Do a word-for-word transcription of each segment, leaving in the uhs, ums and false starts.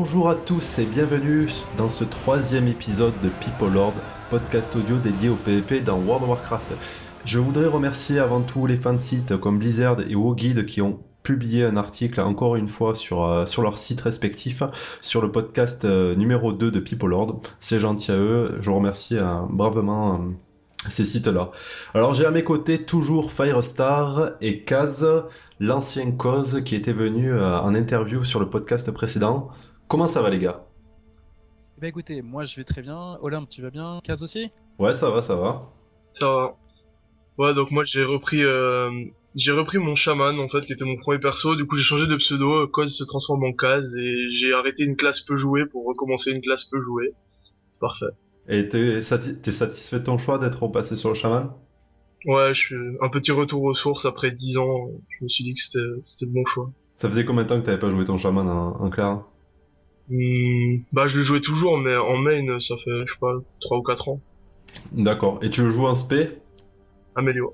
Bonjour à tous et bienvenue dans ce troisième épisode de Peoplelord, podcast audio dédié au PvP dans World of Warcraft. Je voudrais remercier avant tout les fansites comme Blizzard et WoGuide qui ont publié un article encore une fois sur, euh, sur leur site respectif sur le podcast euh, numéro deux de Peoplelord. C'est gentil à eux, je remercie euh, bravement euh, ces sites-là. Alors j'ai à mes côtés toujours Firestar et Kaz, l'ancien cause qui était venu euh, en interview sur le podcast précédent. Comment ça va les gars? Eh ben écoutez, moi je vais très bien. Olympe, tu vas bien? Kaz aussi? Ouais, ça va, ça va. Ça va. Ouais, donc moi j'ai repris euh, j'ai repris mon chaman en fait qui était mon premier perso. Du coup j'ai changé de pseudo. euh, Cause se transforme en Kaz et j'ai arrêté une classe peu jouée pour recommencer une classe peu jouée. C'est parfait. Et t'es, sati- t'es satisfait de ton choix d'être repassé sur le chaman? Ouais, je suis un petit retour aux sources après dix ans. Je me suis dit que c'était c'était le bon choix. Ça faisait combien de temps que t'avais pas joué ton chaman en, en clair? Hmm, bah je le jouais toujours mais en main ça fait je sais pas trois ou quatre ans. D'accord. Et tu le joues en spé? Amélio.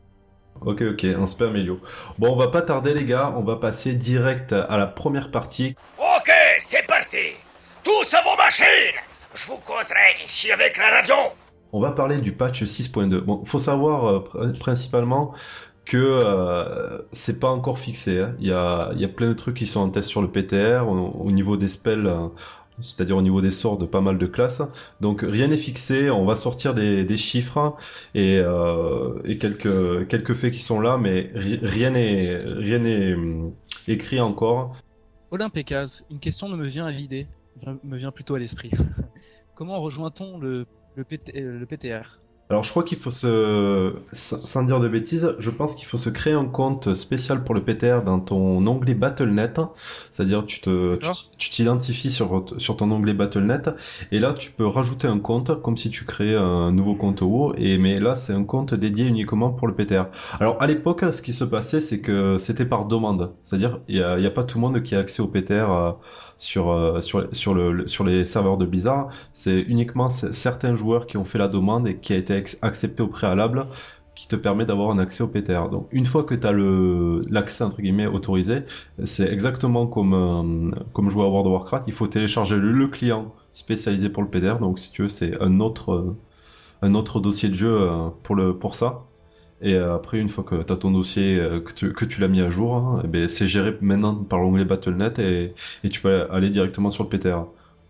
Ok, ok, en spé Amélio. Bon, on va pas tarder les gars, on va passer direct à la première partie. Ok, c'est parti. Tous à vos machines. Je vous causerai ici avec la radio. On va parler du patch six point deux. Bon, faut savoir euh, pr- principalement que euh, c'est pas encore fixé. Hein. Il y a, il y a plein de trucs qui sont en test sur le P T R, au, au niveau des spells, euh, c'est-à-dire au niveau des sorts de pas mal de classes. Donc rien n'est fixé, on va sortir des, des chiffres et, euh, et quelques, quelques faits qui sont là, mais ri- rien n'est rien n'est hum, écrit encore. Olympe et Kaz, une question ne me vient à l'idée, vient- me vient plutôt à l'esprit. Comment rejoint-on le, le, P T euh, le P T R? Alors je crois qu'il faut se, sans sans dire de bêtises, je pense qu'il faut se créer un compte spécial pour le P T R dans ton onglet Battle point net, c'est-à-dire tu te, tu D'accord. tu t'identifies sur, sur ton onglet Battle point net et là tu peux rajouter un compte comme si tu créais un nouveau compte WoW et mais là c'est un compte dédié uniquement pour le P T R. Alors à l'époque ce qui se passait c'est que c'était par demande, c'est-à-dire il y a, il y a pas tout le monde qui a accès au P T R euh, sur, euh, sur, sur, le, sur les serveurs de Blizzard. C'est uniquement c- certains joueurs qui ont fait la demande et qui a été ex- accepté au préalable qui te permet d'avoir un accès au P T R. Donc une fois que tu as le l'accès entre guillemets autorisé, c'est exactement comme euh, comme jouer à World of Warcraft, il faut télécharger le, le client spécialisé pour le P T R. Donc si tu veux, c'est un autre euh, un autre dossier de jeu euh, pour le pour ça. Et euh, après, une fois que tu as ton dossier, euh, que tu, que tu l'as mis à jour, hein, eh ben, c'est géré maintenant par l'onglet Battle point net et, et tu peux aller directement sur le P T R.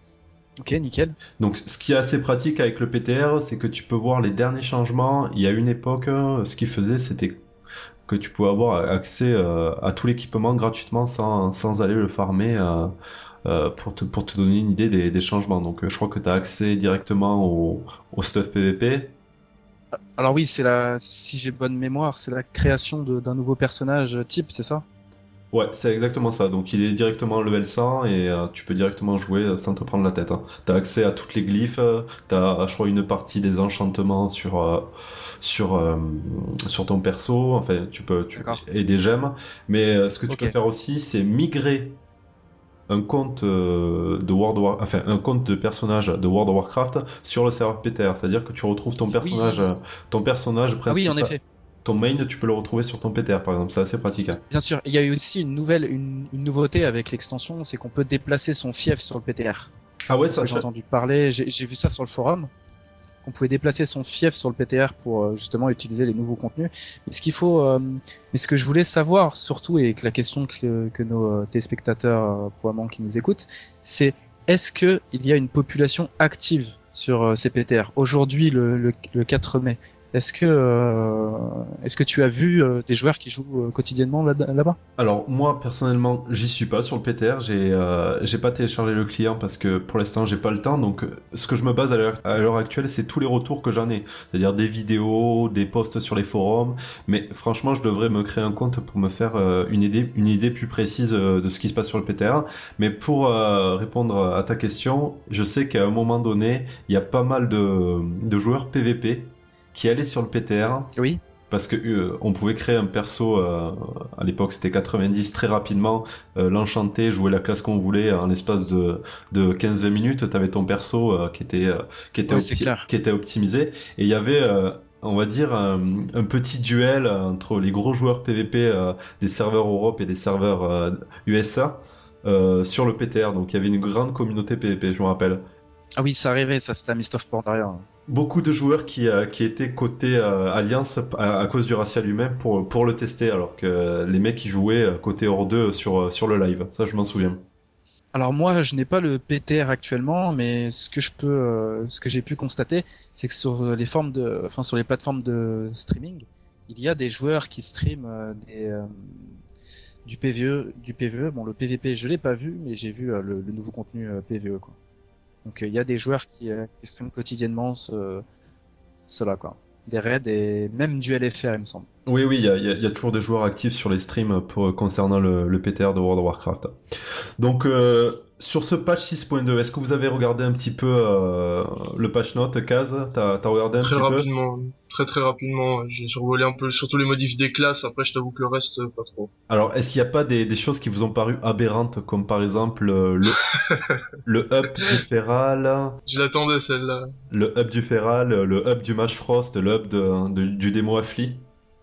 Ok, nickel. Donc, ce qui est assez pratique avec le P T R, c'est que tu peux voir les derniers changements. Il y a une époque, euh, ce qu'ils faisaient, c'était que tu pouvais avoir accès euh, à tout l'équipement gratuitement sans, sans aller le farmer euh, euh, pour, te, pour te donner une idée des, des changements. Donc, euh, je crois que tu as accès directement au, au stuff P V P. Alors oui, c'est la, si j'ai bonne mémoire, c'est la création de- d'un nouveau personnage type, c'est ça? Ouais, c'est exactement ça. Donc il est directement level cent et euh, tu peux directement jouer euh, sans te prendre la tête. Hein. T'as accès à toutes les glyphes, euh, t'as, je crois, une partie des enchantements sur euh, sur euh, sur ton perso. Enfin, tu peux, tu D'accord. et des gemmes. Mais euh, ce que tu Ok. peux faire aussi, c'est migrer un compte euh, de World of War- enfin un compte de personnage de World of Warcraft sur le serveur P T R. C'est-à-dire que tu retrouves ton personnage, Oui. euh, ton personnage Ah oui, en principal, effet. ton main, tu peux le retrouver sur ton P T R par exemple. C'est assez pratique. Hein. Bien sûr. Il y a eu aussi une nouvelle, une, une nouveauté avec l'extension, c'est qu'on peut déplacer son fief sur le P T R. Ah ouais, Parce ça. que j'ai entendu parler, j'ai j'ai vu ça sur le forum, qu'on pouvait déplacer son fief sur le P T R pour euh, justement utiliser les nouveaux contenus. Mais ce qu'il faut, euh, mais ce que je voulais savoir surtout, et que la question que, que nos euh, téléspectateurs, euh, probablement qui nous écoutent, c'est est-ce que il y a une population active sur euh, ces P T R aujourd'hui, le, le, le quatre mai? Est-ce que, euh, est-ce que tu as vu euh, des joueurs qui jouent euh, quotidiennement là- là-bas? Alors moi personnellement j'y suis pas sur le P T R, j'ai euh, j'ai pas téléchargé le client parce que pour l'instant j'ai pas le temps, donc euh, ce que je me base à l'heure à l'heure actuelle c'est tous les retours que j'en ai, c'est-à-dire des vidéos, des posts sur les forums, mais franchement je devrais me créer un compte pour me faire euh, une idée une idée plus précise euh, de ce qui se passe sur le P T R, mais pour euh, répondre à ta question, je sais qu'à un moment donné il y a pas mal de, de joueurs P V P qui allaient sur le P T R Oui. parce que euh, on pouvait créer un perso euh, à l'époque c'était quatre-vingt-dix très rapidement, euh, l'enchanter, jouer la classe qu'on voulait en l'espace de de quinze vingt minutes, t'avais ton perso euh, qui était euh, qui était Ouais, c'est opti- clair. qui était optimisé et il y avait euh, on va dire un, un petit duel entre les gros joueurs P V P euh, des serveurs Europe et des serveurs euh, U S A euh, sur le P T R. Donc il y avait une grande communauté P V P, je me rappelle. Ah oui, ça arrivait, ça c'était à Mist of Pandaria. Beaucoup de joueurs qui, euh, qui étaient côté euh, Alliance à, à cause du racial humain pour, pour le tester, alors que les mecs qui jouaient euh, côté hors deux sur, sur le live. Ça, je m'en souviens. Alors moi, je n'ai pas le P T R actuellement, mais ce que je peux, euh, ce que j'ai pu constater, c'est que sur les formes de, enfin sur les plateformes de streaming, il y a des joueurs qui streament euh, des, euh, du P V E, du P V E. Bon, le P V P, je l'ai pas vu, mais j'ai vu euh, le, le nouveau contenu euh, P V E, quoi. Donc euh, il y a des joueurs qui, euh, qui streament quotidiennement ce, cela, quoi. Des raids et même du L F R, il me semble. Oui, oui, il y a, y a- y a toujours des joueurs actifs sur les streams pour, concernant le, le P T R de World of Warcraft. Donc, euh, sur ce patch six point deux, est-ce que vous avez regardé un petit peu euh, le patch note, Kaz? T'as t'as regardé un Très petit peu? rapidement, très très rapidement. J'ai survolé un peu, surtout les modifs des classes. Après, je t'avoue que le reste, euh, pas trop. Alors, est-ce qu'il n'y a pas des, des choses qui vous ont paru aberrantes, comme par exemple euh, le, le up du Feral, Je l'attendais celle-là. le up du Feral, le up du Mage Frost, le up de, de- du démo Affli?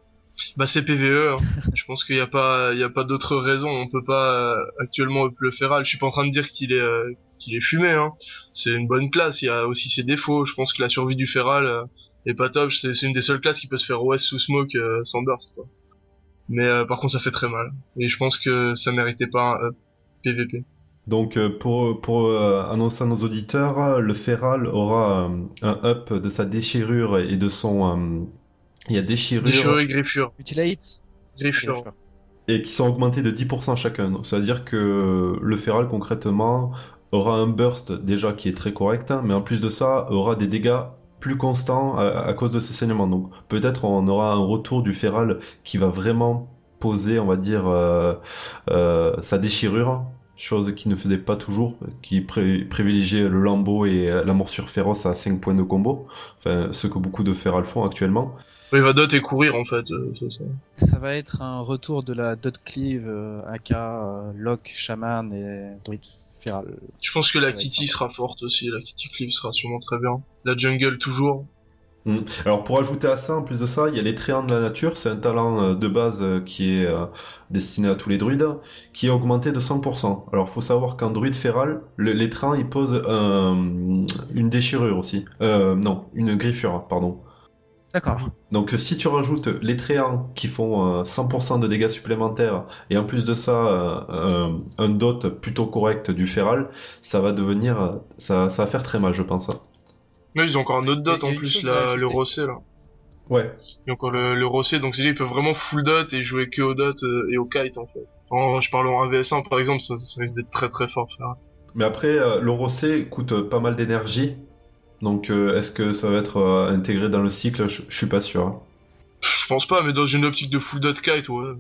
Bah c'est P V E. Hein. Je pense qu'il n'y a pas, il y a pas d'autre raison. On peut pas euh, actuellement up le Feral. Je suis pas en train de dire qu'il est, euh, qu'il est fumé. Hein. C'est une bonne classe. Il y a aussi ses défauts. Je pense que la survie du Feral euh, est pas top. C'est c'est une des seules classes qui peut se faire O S sous smoke euh, sans burst. Quoi. Mais euh, par contre, ça fait très mal. Et je pense que ça méritait pas un up P V P. Donc, euh, pour, pour euh, annoncer à nos auditeurs, le Feral aura euh, un up de sa déchirure et de son... euh, il y a déchirure Déchirure et griffure. Mutilate. Griffure. et qui sont augmentés de dix pour cent chacun. Donc, c'est-à-dire que le Feral, concrètement, aura un burst déjà qui est très correct, mais en plus de ça, aura des dégâts plus constants à, à cause de ce saignement. Donc, peut-être on aura un retour du Feral qui va vraiment poser, on va dire, euh, euh, sa déchirure, chose qui ne faisait pas toujours, qui pré- privilégiait le Lambeau et la morsure féroce à cinq points de combo, enfin, ce que beaucoup de Feral font actuellement. Il va dot et courir en fait. Euh, c'est ça. Ça va être un retour de la Dot Cleave, euh, A K, euh, Locke, Shaman et Druid Feral. Je pense que Ça la va être Kitty sympa. sera forte aussi. La Kitty Cleave sera sûrement très bien. La Jungle toujours. Mm. Alors pour ajouter à ça, en plus de ça, il y a les Tréants de la nature, c'est un talent euh, de base euh, qui est euh, destiné à tous les druides, qui est augmenté de cent pour cent. Alors faut savoir qu'en druide féral, le- les Tréants ils posent un- une déchirure aussi. Euh, non, une griffure, pardon. D'accord. Donc si tu rajoutes les Tréants qui font euh, cent pour cent de dégâts supplémentaires, et en plus de ça, euh, un, un dot plutôt correct du féral, ça va devenir, euh, ça, ça va faire très mal, je pense. Mais ils ont encore un autre dot Il y a en une plus, chose à là, le ajouter. Rossé là. Ouais. Il y a encore le, le Rossé, donc c'est dire ils peuvent vraiment full dot et jouer que au dot euh, et au kite en fait. En, je parle en un v s un par exemple, ça, ça risque d'être très très fort. Frère. Mais après, euh, le rossé coûte euh, pas mal d'énergie. Donc, euh, est-ce que ça va être euh, intégré dans le cycle? Je je suis pas sûr, hein. Je pense pas, mais dans une optique de full dot kite, ouais.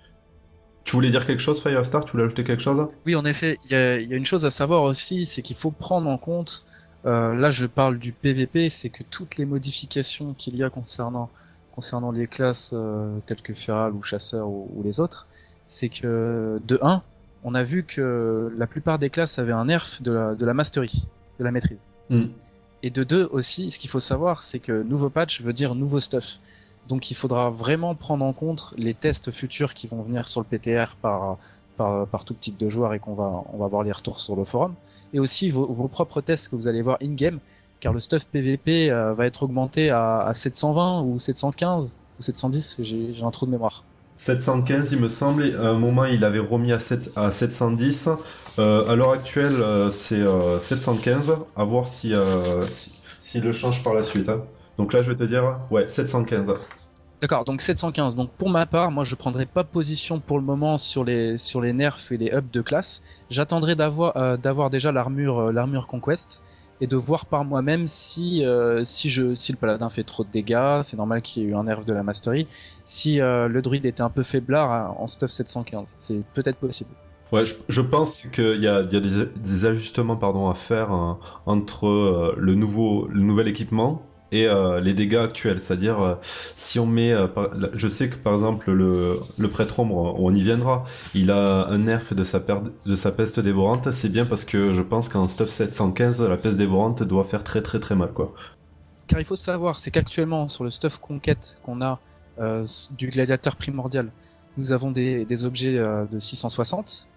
Tu voulais dire quelque chose, Firestar? Tu voulais ajouter quelque chose? Oui, en effet, il y a, il y a une chose à savoir aussi, c'est qu'il faut prendre en compte, euh, là je parle du P V P, c'est que toutes les modifications qu'il y a concernant, concernant les classes euh, telles que Feral ou Chasseur ou, ou les autres, c'est que de un, on a vu que la plupart des classes avaient un nerf de la, de la mastery, de la maîtrise. Hmm. Et de deux aussi, ce qu'il faut savoir, c'est que nouveau patch veut dire nouveau stuff. Donc il faudra vraiment prendre en compte les tests futurs qui vont venir sur le P T R par, par, par tout type de joueurs et qu'on va, on va voir les retours sur le forum. Et aussi vos, vos propres tests que vous allez voir in-game, car le stuff P V P euh, va être augmenté à, à sept cent vingt ou sept cent quinze ou sept cent dix, j'ai, j'ai un trou de mémoire. sept cent quinze, il me semble. Et à un moment, il avait remis à, sept, à sept cent dix. Euh, à l'heure actuelle, euh, c'est euh, sept cent quinze. À voir si, euh, si, s'il le change par la suite, hein. Donc là, je vais te dire, ouais, sept cent quinze. D'accord, donc sept cent quinze. Donc pour ma part, moi je prendrai pas position pour le moment sur les sur les nerfs et les ups de classe. J'attendrai d'avoir euh, d'avoir déjà l'armure euh, l'armure Conquest et de voir par moi-même si euh, si je si le paladin fait trop de dégâts, c'est normal qu'il y ait eu un nerf de la mastery. Si euh, le druide était un peu faiblard hein, en stuff sept cent quinze, c'est peut-être possible. Ouais, je, je pense qu'il y a, il y a des, des ajustements pardon, à faire hein, entre euh, le, nouveau, le nouvel équipement et euh, les dégâts actuels. C'est-à-dire, euh, si on met... euh, par- je sais que par exemple, le, le prêtre ombre, on y viendra, il a un nerf de sa, per- de sa peste dévorante. C'est bien parce que je pense qu'en stuff sept cent quinze, la peste dévorante doit faire très très très mal, quoi. Car il faut savoir, c'est qu'actuellement sur le stuff conquête qu'on a euh, du gladiateur primordial, nous avons des, des objets euh, de six cent soixante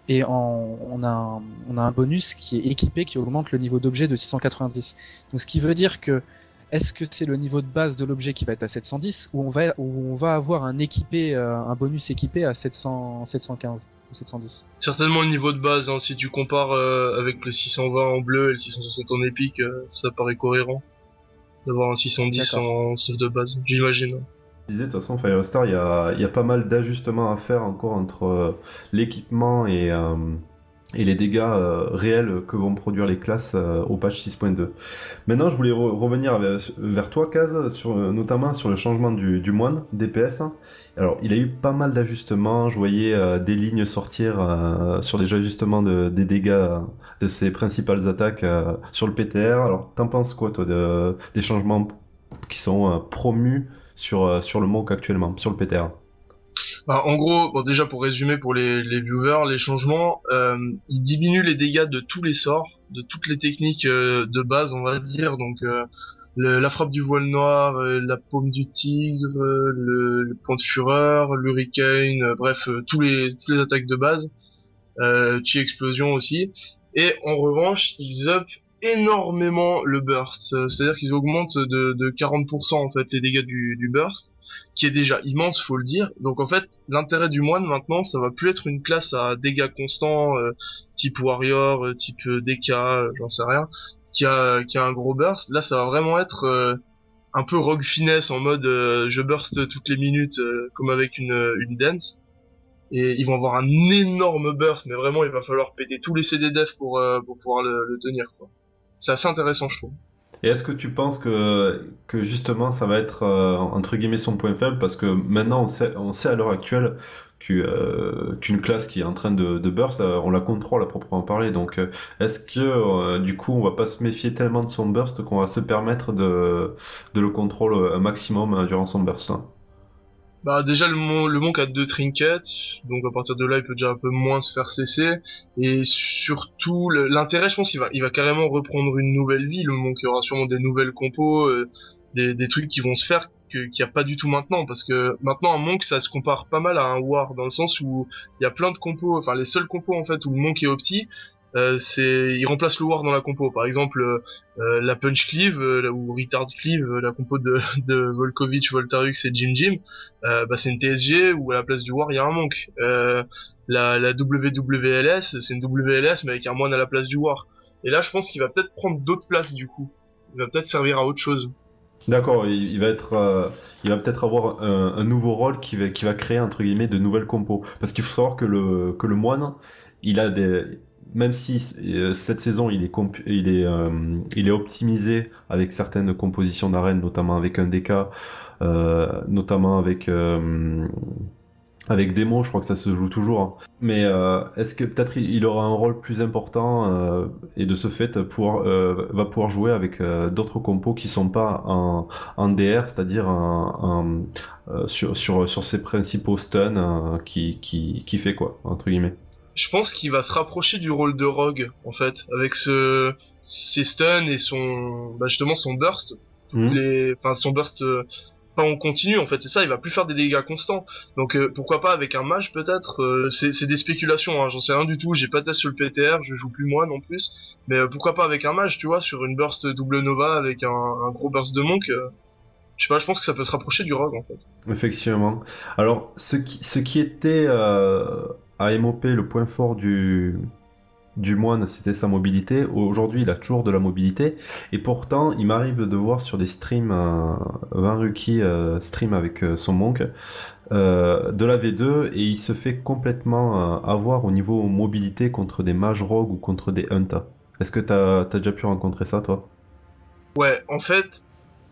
et en, on, a un, on a un bonus qui est équipé qui augmente le niveau d'objet de six cent quatre-vingt-dix. Donc ce qui veut dire que est-ce que c'est le niveau de base de l'objet qui va être à sept cent dix ou on va, ou on va avoir un équipé, euh, un bonus équipé à sept cents, sept cent quinze ou sept cent dix? Certainement le niveau de base, hein, si tu compares euh, avec le six cent vingt en bleu et le six cent soixante en épique, euh, ça paraît cohérent d'avoir un six cent dix D'accord. en stuff de base, j'imagine. Je disais, de toute façon, Firestar, il y a, il y a pas mal d'ajustements à faire encore entre euh, l'équipement et, euh, et les dégâts euh, réels que vont produire les classes euh, au patch six point deux. Maintenant, je voulais re- revenir vers, vers toi, Kaz, sur, euh, notamment sur le changement du, du moine, D P S. Alors, il a eu pas mal d'ajustements. Je voyais euh, des lignes sortir euh, sur les ajustements de, des dégâts euh, de ses principales attaques euh, sur le P T R. Alors, t'en penses quoi, toi, de, des changements qui sont euh, promus sur, euh, sur le monk actuellement, sur le P T R? Bah, en gros, bon, déjà pour résumer pour les, les viewers, les changements, euh, ils diminuent les dégâts de tous les sorts, de toutes les techniques euh, de base, on va dire. Donc euh, le- la frappe du voile noir, euh, la paume du tigre, euh, le, le point de fureur, l'hurricane, euh, bref, euh, tous les toutes les attaques de base, euh, chi explosion aussi. Et en revanche, ils up énormément le burst, Euh, c'est-à-dire qu'ils augmentent de, de quarante pour cent en fait les dégâts du, du burst, qui est déjà immense, faut le dire. Donc en fait, l'intérêt du moine maintenant, ça va plus être une classe à dégâts constants, euh, type warrior, euh, type euh, D K, euh, j'en sais rien, qui a qui a un gros burst. Là, ça va vraiment être euh, un peu rogue finesse en mode euh, je burst toutes les minutes, euh, comme avec une une dance. Et ils vont avoir un énorme burst, mais vraiment, il va falloir péter tous les C D def pour euh, pour pouvoir le, le tenir, quoi. C'est assez intéressant, je trouve. Et est-ce que tu penses que, que justement ça va être euh, entre guillemets son point faible parce que maintenant on sait, on sait à l'heure actuelle que, euh, qu'une classe qui est en train de, de burst, euh, on la contrôle à proprement parler. Donc euh, est-ce que euh, du coup on va pas se méfier tellement de son burst qu'on va se permettre de, de le contrôler un maximum euh, durant son burst, hein? Bah déjà le mon le monk a deux trinkets, donc à partir de là il peut déjà un peu moins se faire cesser. Et surtout le- l'intérêt, je pense qu'il va il va carrément reprendre une nouvelle vie. Le monk, il y aura sûrement des nouvelles compos, euh, des des trucs qui vont se faire que qu'il y a pas du tout maintenant, parce que maintenant un monk ça se compare pas mal à un war dans le sens où il y a plein de compos, enfin les seuls compos en fait où le monk est opti, euh, c'est il remplace le war dans la compo. Par exemple euh, la punch cleave euh, ou retard cleave, euh, la compo de de Volkovich, Voltarux et Jim Jim, euh, bah c'est une T S G où à la place du war il y a un monk. Euh, la, la W W L S, c'est une W L S mais avec un moine à la place du war. Et là je pense qu'il va peut-être prendre d'autres places du coup. Il va peut-être servir à autre chose. D'accord, il, il va être, euh, il va peut-être avoir un, un nouveau rôle qui va, qui va créer entre guillemets de nouvelles compos. Parce qu'il faut savoir que le, que le moine, il a des, même si euh, cette saison il est, comp- il est, euh, il est optimisé avec certaines compositions d'arène, notamment avec un D K, euh, notamment avec euh, avec Démon, je crois que ça se joue toujours, hein. Mais euh, est-ce que peut-être il il aura un rôle plus important euh, et de ce fait pouvoir, euh, va pouvoir jouer avec euh, d'autres compos qui sont pas en, en D R, c'est-à-dire en, en, euh, sur, sur, sur ses principaux stuns euh, qui, qui, qui fait quoi, entre guillemets. Je pense qu'il va se rapprocher du rôle de Rogue en fait, avec ce ses stuns et son bah justement son burst, toutes Mhm. les enfin son burst euh, pas en continu en fait, c'est ça, il va plus faire des dégâts constants. Donc euh, pourquoi pas avec un mage peut-être, euh, c'est c'est des spéculations, hein, j'en sais rien du tout, j'ai pas de test sur le P T R, je joue plus moi non plus, mais euh, pourquoi pas avec un mage, tu vois, sur une burst double nova avec un, un gros burst de monk, euh, je sais pas, je pense que ça peut se rapprocher du Rogue en fait. Effectivement. Alors, ce qui, ce qui était euh, à M O P le point fort du, du moine, c'était sa mobilité. Aujourd'hui, il a toujours de la mobilité. Et pourtant, il m'arrive de voir sur des streams, euh, Vanruki euh, stream avec euh, son monk, euh, de la V deux, et il se fait complètement euh, avoir au niveau mobilité contre des mages rogues ou contre des hunts. Est-ce que t'as, t'as déjà pu rencontrer ça, toi? Ouais, en fait,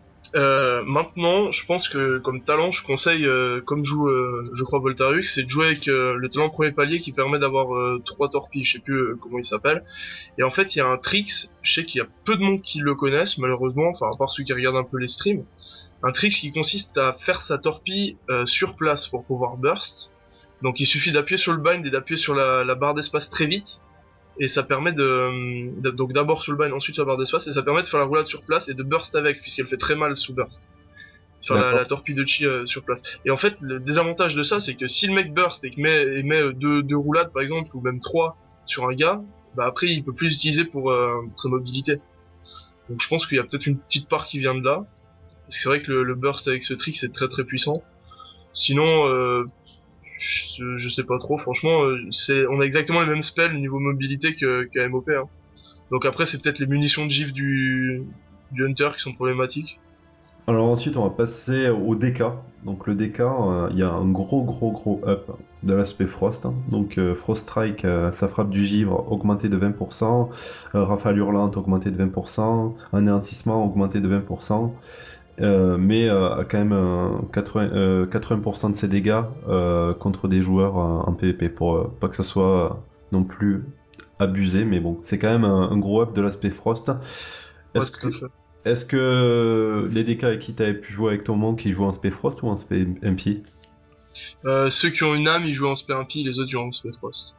Euh, maintenant, je pense que comme talent, je conseille, euh, comme joue, euh, je crois Voltarux, c'est de jouer avec euh, le talent premier palier qui permet d'avoir euh, trois torpilles, je sais plus euh, comment il s'appelle. Et en fait, il y a un tricks, je sais qu'il y a peu de monde qui le connaissent, malheureusement, enfin à part ceux qui regardent un peu les streams. Un tricks qui consiste à faire sa torpille euh, sur place pour pouvoir burst. Donc il suffit d'appuyer sur le bind et d'appuyer sur la, la barre d'espace très vite. Et ça permet de, de- donc d'abord sur le bind, ensuite sur la barre d'espace, et ça permet de faire la roulade sur place et de burst avec, puisqu'elle fait très mal sous burst. faire la, la torpille de chi euh, sur place. Et en fait, le désavantage de ça, c'est que si le mec burst et qu'il met, et met euh, deux, deux roulades par exemple, ou même trois sur un gars, bah après il peut plus l'utiliser pour, euh, pour sa mobilité. Donc je pense qu'il y a peut-être une petite part qui vient de là. Parce que c'est vrai que le, le burst avec ce trick c'est très très puissant. Sinon, euh, je, je sais pas trop, franchement, euh, c'est, on a exactement les mêmes spells niveau mobilité que, qu'à M O P. Hein. Donc après c'est peut-être les munitions de gif du, du Hunter qui sont problématiques. Alors ensuite, on va passer au D K. Donc le D K, euh, il y a un gros gros gros up de l'aspect Frost. Donc euh, Frost Strike, euh, sa frappe du givre augmentée de vingt pour cent, euh, rafale hurlante augmentée de vingt pour cent, anéantissement augmenté de vingt pour cent, euh, mais euh, a quand même euh, quatre-vingts, euh, quatre-vingts pour cent de ses dégâts euh, contre des joueurs euh, en PvP, pour euh, pas que ça soit euh, non plus abusé, mais bon, c'est quand même un, un gros up de l'aspect Frost. Est-ce Ouais, que Est-ce que les D K avec qui t'avais pu jouer avec ton monk, ils jouent en spé Frost ou en spé M P? Euh, ceux qui ont une âme, ils jouent en spé impie, les autres jouent en spé Frost.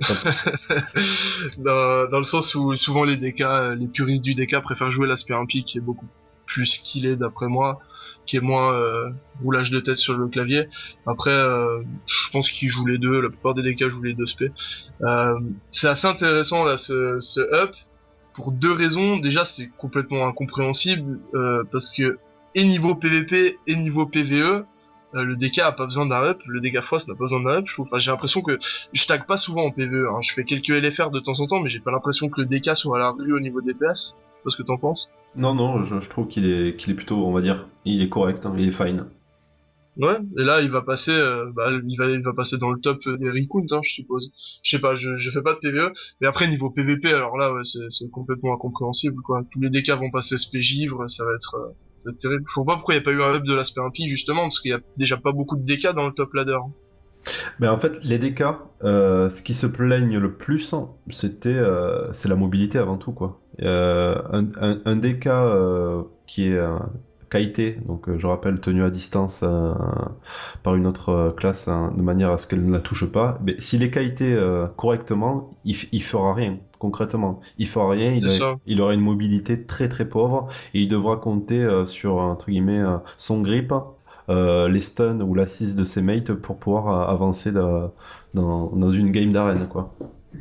dans, dans le sens où souvent les D K, les puristes du D K préfèrent jouer l'aspect impie qui est beaucoup plus skillé d'après moi, qui est moins euh, roulage de tête sur le clavier. Après, euh, je pense qu'ils jouent les deux, la plupart des D K jouent les deux spé. Euh, c'est assez intéressant là, ce, ce up. Pour deux raisons. Déjà, c'est complètement incompréhensible euh, parce que et niveau P V P et niveau P V E, euh, le D K a pas besoin d'un up, le D K Frost n'a pas besoin d'un up. Je trouve. Enfin, j'ai l'impression que je tag pas souvent en P V E. Hein. Je fais quelques L F R de temps en temps, mais j'ai pas l'impression que le D K soit à la rue au niveau des P S. Je sais pas ce que t'en penses. Non, non, je, je trouve qu'il est, qu'il est plutôt, on va dire, il est correct, hein, il est fine. Ouais, et là il va passer, euh, bah, il va, il va passer dans le top des recounts, hein, je suppose. Je sais pas, je, je fais pas de P V E, mais après niveau P V P, alors là, ouais, c'est, c'est complètement incompréhensible, quoi. Tous les D K vont passer S P givre, ça va être, euh, ça va être terrible. Je vois pas pourquoi il y a pas eu un up de l'aspect impie justement, parce qu'il y a déjà pas beaucoup de D K dans le top ladder. Mais en fait, les D K, euh, ce qui se plaignent le plus, c'était, euh, c'est la mobilité avant tout, quoi. Euh, un, un, un D K euh, qui est euh, qualité, donc euh, je rappelle tenu à distance euh, par une autre euh, classe hein, de manière à ce qu'elle ne la touche pas, mais s'il est qualité euh, correctement, il, il fera rien. Concrètement, il fera rien, il, a, il aura une mobilité très très pauvre et il devra compter euh, sur entre guillemets euh, son grip, euh, les stuns ou l'assist de ses mates pour pouvoir euh, avancer de, dans, dans une game d'arène, quoi.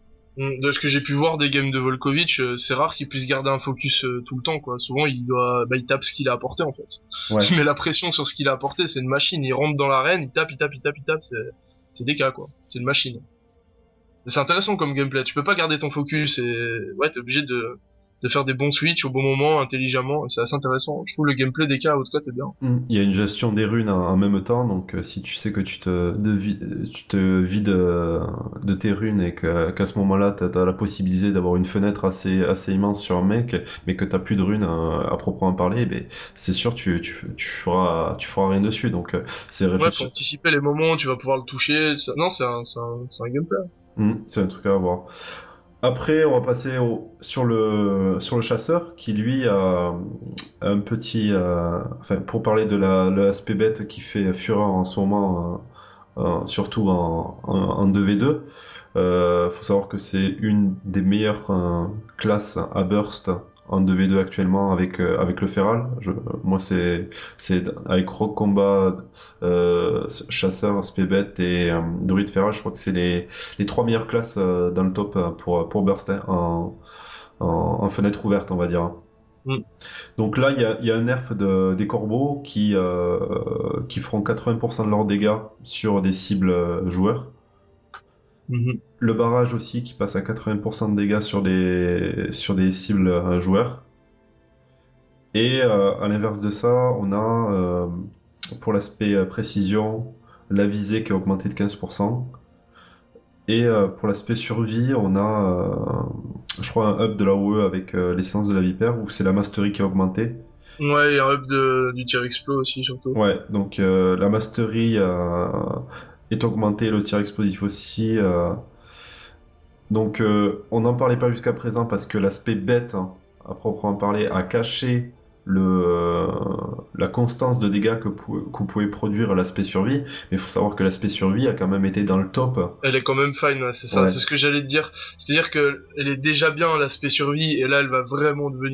De ce que j'ai pu voir des games de Volkovich, euh, c'est rare qu'il puisse garder un focus euh, tout le temps, quoi. Souvent, il doit, bah, il tape ce qu'il a apporté, en fait. Ouais. Il met la pression sur ce qu'il a apporté, c'est une machine. Il rentre dans l'arène, il tape, il tape, il tape, il tape, c'est, c'est D K, quoi. C'est une machine. C'est intéressant comme gameplay. Tu peux pas garder ton focus et, ouais, t'es obligé de, de faire des bons switches au bon moment, intelligemment. C'est assez intéressant. Je trouve le gameplay des cas à haute cote est bien. Il y a une gestion des runes en, en même temps, donc euh, si tu sais que tu te, de, tu te vides euh, de tes runes et que, qu'à ce moment-là, tu as la possibilité d'avoir une fenêtre assez, assez immense sur un mec, mais que tu n'as plus de runes à, à proprement parler, ben, c'est sûr tu, tu, tu, feras, tu feras rien dessus. Donc, euh, c'est réfléchir. Ouais, pour anticiper les moments où tu vas pouvoir le toucher. Ça... Non, c'est un, c'est un, c'est un gameplay. Mmh, c'est un truc à avoir. Après, on va passer au, sur, le, sur le chasseur, qui lui a un petit... Euh, enfin, pour parler de la, l'aspect bête qui fait fureur en ce moment, euh, euh, surtout en, en, en deux v deux, il euh, faut savoir que c'est une des meilleures euh, classes à burst en deux v deux actuellement avec, euh, avec le Feral. Je, moi, c'est, c'est avec Rock Combat, euh, Chasseur, Spébet et euh, Druid Feral, je crois que c'est les, les trois meilleures classes euh, dans le top pour, pour burst hein, en, en, en fenêtre ouverte, on va dire. Mm. Donc là, il y a, y a un nerf de, des corbeaux qui, euh, qui feront quatre-vingts pour cent de leurs dégâts sur des cibles euh, joueurs. Mm-hmm. Le barrage aussi qui passe à quatre-vingts pour cent de dégâts sur des, sur des cibles euh, joueurs. Et euh, à l'inverse de ça, on a euh, pour l'aspect euh, précision la visée qui a augmenté de quinze pour cent. Et euh, pour l'aspect survie, on a euh, je crois un up de la O E avec euh, l'essence de la vipère où c'est la mastery qui a augmenté. Ouais, et un up de, du tir explo aussi surtout. Ouais, donc euh, la mastery euh, est augmentée, le tir explosif aussi. Euh, Donc euh, on n'en parlait pas jusqu'à présent parce que l'aspect bête, hein, à proprement parler, a caché le, euh, la constance de dégâts que, pou- que pouvait produire l'aspect survie. Mais il faut savoir que l'aspect survie a quand même été dans le top. Elle est quand même fine, ouais, c'est ça, ouais. C'est ce que j'allais te dire. C'est-à-dire que elle est déjà bien l'aspect survie et là elle va vraiment devenir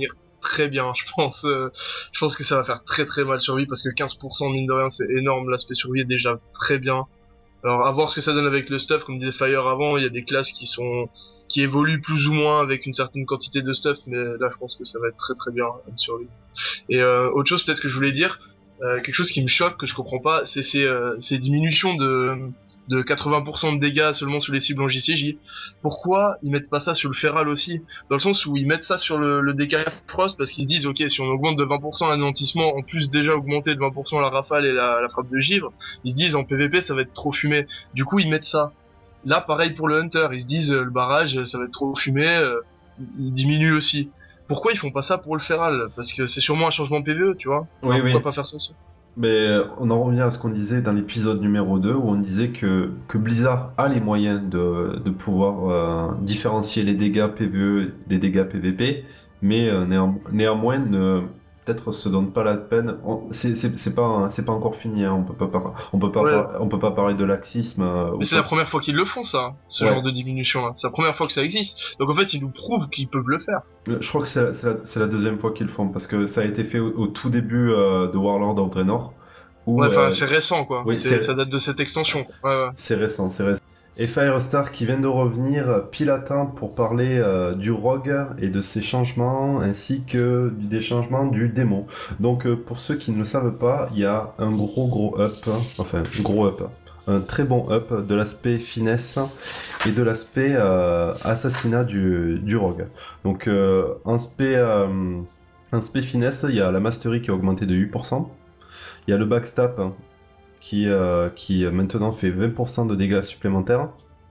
très bien, je pense. Euh, je pense que ça va faire très très mal survie parce que quinze pour cent mine de rien c'est énorme, l'aspect survie est déjà très bien. Alors à voir ce que ça donne avec le stuff, comme disait Fire avant, il y a des classes qui sont qui évoluent plus ou moins avec une certaine quantité de stuff, mais là je pense que ça va être très très bien une survie. Et euh, autre chose peut-être que je voulais dire, euh, quelque chose qui me choque, que je comprends pas, c'est ces, euh, ces diminutions de de quatre-vingts pour cent de dégâts seulement sur les cibles en J C J. Pourquoi ils mettent pas ça sur le Feral aussi? Dans le sens où ils mettent ça sur le, le D K Frost parce qu'ils se disent ok, si on augmente de vingt pour cent l'anéantissement, en plus déjà augmenter de vingt pour cent la rafale et la, la frappe de givre, ils se disent en P V P ça va être trop fumé. Du coup ils mettent ça. Là pareil pour le Hunter, ils se disent euh, le barrage ça va être trop fumé, euh, ils diminuent aussi. Pourquoi ils font pas ça pour le Feral? Parce que c'est sûrement un changement P V E, tu vois. Oui, Alors, oui. pourquoi pas faire ça aussi? Mais on en revient à ce qu'on disait dans l'épisode numéro deux, où on disait que, que Blizzard a les moyens de, de pouvoir euh, différencier les dégâts P V E des dégâts P V P, mais euh, néan- néanmoins ne peut-être se donne pas la peine. On- C'est c'est c'est pas c'est pas encore fini, hein, on peut pas par- on peut pas Ouais. par- on peut pas parler de laxisme. euh, ou Mais c'est pas. la première fois qu'ils le font ça, ce Ouais. genre de diminution là. C'est la première fois que ça existe. Donc en fait ils nous prouvent qu'ils peuvent le faire. Je crois que c'est la, c'est la- c'est la deuxième fois qu'ils le font parce que ça a été fait au, au tout début euh, de Warlord of Draenor. Où, Ouais, enfin euh, c'est récent quoi. oui, C'est- c'est- ça date de cette extension. Ouais, ouais. C'est récent, c'est récent. Et Firestar qui vient de revenir pile à temps pour parler euh, du rogue et de ses changements ainsi que du- des changements du démon. Donc euh, pour ceux qui ne le savent pas, il y a un gros gros up, enfin gros up, un très bon up de l'aspect finesse et de l'aspect euh, assassinat du, du rogue. Donc euh, en spé, euh, en spé finesse, il y a la mastery qui a augmenté de huit pour cent. Il y a le backstab qui, euh, qui euh, maintenant fait vingt pour cent de dégâts supplémentaires.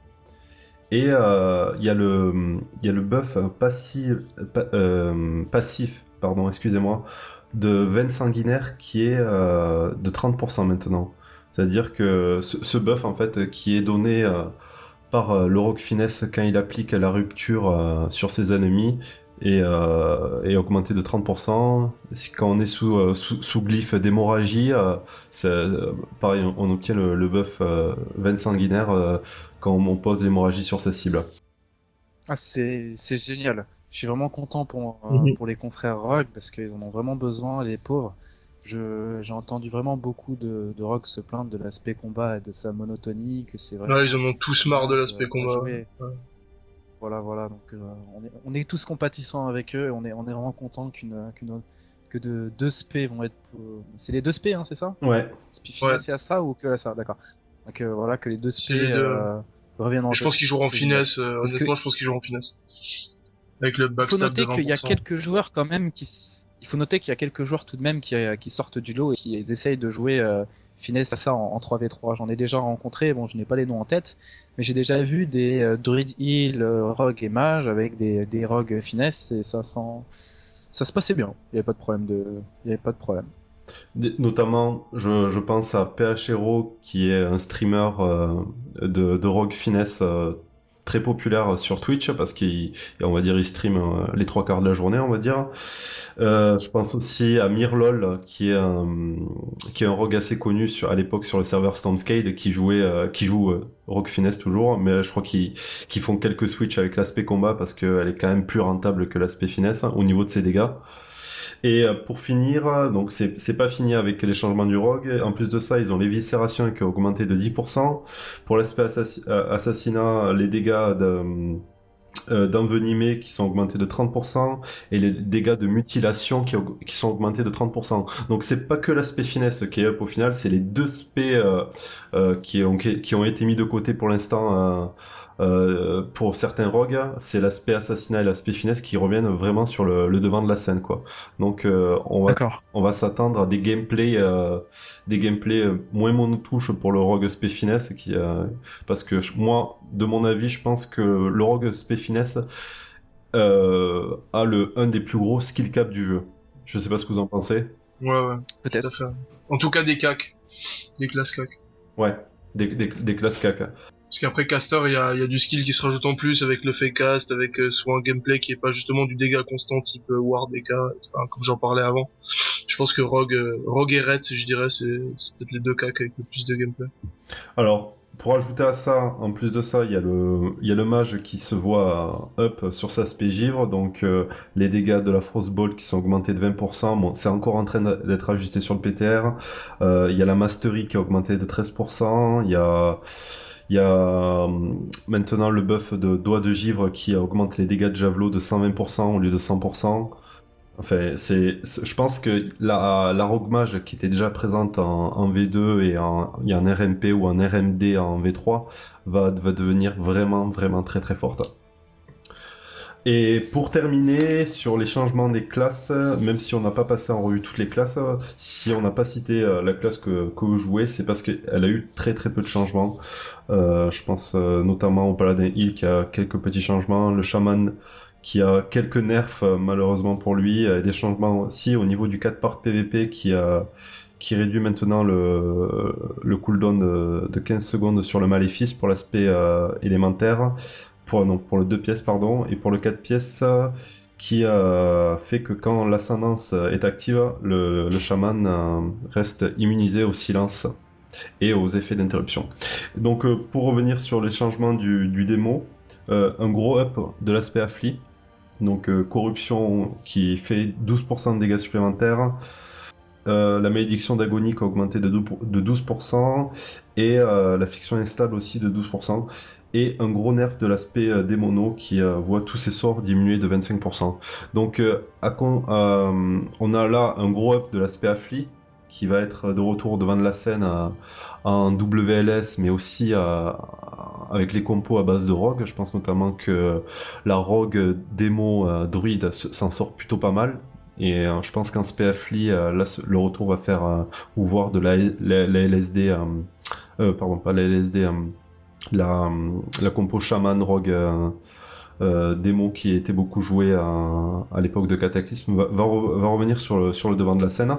Et euh, il y a le, il y a le buff passif, pa- euh, passif pardon, excusez-moi, de veine sanguinaire qui est euh, de trente pour cent maintenant. C'est-à-dire que ce, ce buff en fait qui est donné euh, par euh, le rogue finesse quand il applique la rupture euh, sur ses ennemis et, euh, et augmenté de trente pour cent. Si- Quand on est sous, euh, sous, sous glyphe d'hémorragie, euh, c'est, euh, pareil, on, on obtient le, le buff euh, veine sanguinaire euh, quand on pose l'hémorragie sur sa cible. Ah, c'est c'est génial. Je suis vraiment content pour euh, Mhm. pour les confrères rogue parce qu'ils en ont vraiment besoin, les pauvres. Je j'ai entendu vraiment beaucoup de de rogue se plaindre de l'aspect combat et de sa monotonie, que c'est vraiment Ouais, ils en ont tous marre de naze, l'aspect euh, à combat. jouer. Ouais. Voilà, voilà. Donc euh, on est on est tous compatissants avec eux. Et on est on est vraiment content qu'une qu'une que de deux spé vont être pour... C'est les deux spé, hein, c'est ça? Ouais, Spé finesse et Astra ou que Astra? D'accord. Donc euh, voilà, que les deux C'est spé les deux. euh, reviennent en Je jeu. pense qu'ils joueront en C'est génial. finesse. euh, Parce que- honnêtement, je pense qu'ils joueront en finesse. Avec le Il faut backstab de noter vingt qu'il y a pour cent. quelques joueurs quand même qui s- il faut noter qu'il y a quelques joueurs tout de même qui, euh, qui sortent du lot et qui essayent de jouer euh, finesse à ça en, en trois v trois. J'en ai déjà rencontré, bon je n'ai pas les noms en tête, mais j'ai déjà vu des euh, druid heal, euh, rogue et mage avec des, des rogues finesse et ça sent ça se passait bien. Il y avait pas de problème de il y avait pas de problème. D- notamment je, je pense à P H Hero qui est un streamer euh, de, de rogue finesse euh, très populaire sur Twitch parce qu'il on va dire il stream euh, les trois quarts de la journée on va dire. Euh, je pense aussi à Mirlol qui est un qui est un rogue assez connu sur à l'époque sur le serveur Stormscale qui jouait euh, qui joue euh, rogue finesse toujours, mais je crois qu'ils qu'ils font quelques switch avec l'aspect combat parce qu'elle est quand même plus rentable que l'aspect finesse hein, au niveau de ses dégâts. Et euh, pour finir, donc c'est c'est pas fini avec les changements du rogue. En plus de ça, ils ont l'éviscération qui a augmenté de dix pour cent. Pour l'aspect assassi- euh, assassinat, les dégâts de, euh, d'envenimé qui sont augmentés de trente pour cent et les dégâts de mutilation qui, aug- qui sont augmentés de trente pour cent. Donc c'est pas que l'aspect finesse qui est up au final, c'est les deux aspects euh, euh, qui, ont, qui ont été mis de côté pour l'instant euh, euh, pour certains rogues. C'est l'aspect assassinat et l'aspect finesse qui reviennent vraiment sur le, le devant de la scène quoi. Donc euh, on va D'accord. on va s'attendre à des gameplays euh, des gameplays euh, moins monotouches pour le rogue spé finesse qui euh, parce que je- moi de mon avis je pense que le rogue spé finesse euh, a le un des plus gros skill cap du jeu. Je sais pas ce que vous en pensez. Ouais, ouais, tout à Peut-être. fait. En tout cas, des cacs. Des classes cacs. Ouais, des, des, des classes caca. Parce qu'après Caster, il y a, il y a du skill qui se rajoute en plus avec le fake cast, avec euh, soit un gameplay qui est pas justement du dégât constant type euh, Ward D K, enfin, comme j'en parlais avant. Je pense que Rogue, euh, Rogue et Ret, je dirais, c'est c'est peut-être les deux cacs avec le plus de gameplay. Alors pour ajouter à ça, en plus de ça, il y a le, il y a le mage qui se voit up sur sa spé givre, donc euh, les dégâts de la Frostbolt qui sont augmentés de vingt pour cent, bon, c'est encore en train d'être ajusté sur le P T R. Euh, il y a la Mastery qui a augmenté de treize pour cent, il y a, il y a euh, maintenant le buff de doigt de givre qui augmente les dégâts de javelot de cent vingt pour cent au lieu de cent pour cent. Enfin, c'est, c'est- je pense que la, la Rogue Mage qui était déjà présente en, en V deux et en, et en R M P ou en R M D en V trois va, va devenir vraiment, vraiment très très forte. Et pour terminer sur les changements des classes, même si on n'a pas passé en revue toutes les classes, si on n'a pas cité euh, la classe que, que vous jouez, c'est parce qu'elle a eu très très peu de changements. Euh, je pense euh, notamment au Paladin Hill qui a quelques petits changements, le Shaman qui a quelques nerfs euh, malheureusement pour lui, et des changements aussi au niveau du quatre part P V P qui a qui réduit maintenant le, le cooldown de, de quinze secondes sur le Maléfice pour l'aspect euh, élémentaire, pour, non, pour le deux pièces pardon, et pour le quatre pièces euh, qui euh, fait que quand l'ascendance est active, le, le chaman euh, reste immunisé au silence et aux effets d'interruption. Donc euh, pour revenir sur les changements du, du démo, euh, un gros up de l'aspect affli, donc euh, corruption qui fait douze pour cent de dégâts supplémentaires, euh, la malédiction d'agonie qui a augmenté de douze pour cent, et euh, la fiction instable aussi de douze pour cent, et un gros nerf de l'aspect euh, démono qui euh, voit tous ses sorts diminuer de vingt-cinq pour cent. Donc euh, à con, euh, on a là un gros up de l'aspect affli qui va être de retour devant de la scène euh, en W L S, mais aussi euh, avec les compos à base de rogue. Je pense notamment que la rogue démo euh, druide s'en sort plutôt pas mal. Et euh, je pense qu'en Spé Affli, euh, là, le retour va faire euh, ou voir de la, la, la L S D, euh, euh, pardon, pas la L S D, euh, la, la compo Shaman Rogue euh, euh, démo qui était beaucoup jouée à, à l'époque de Cataclysme va, va, re, va revenir sur le, sur le devant de la scène.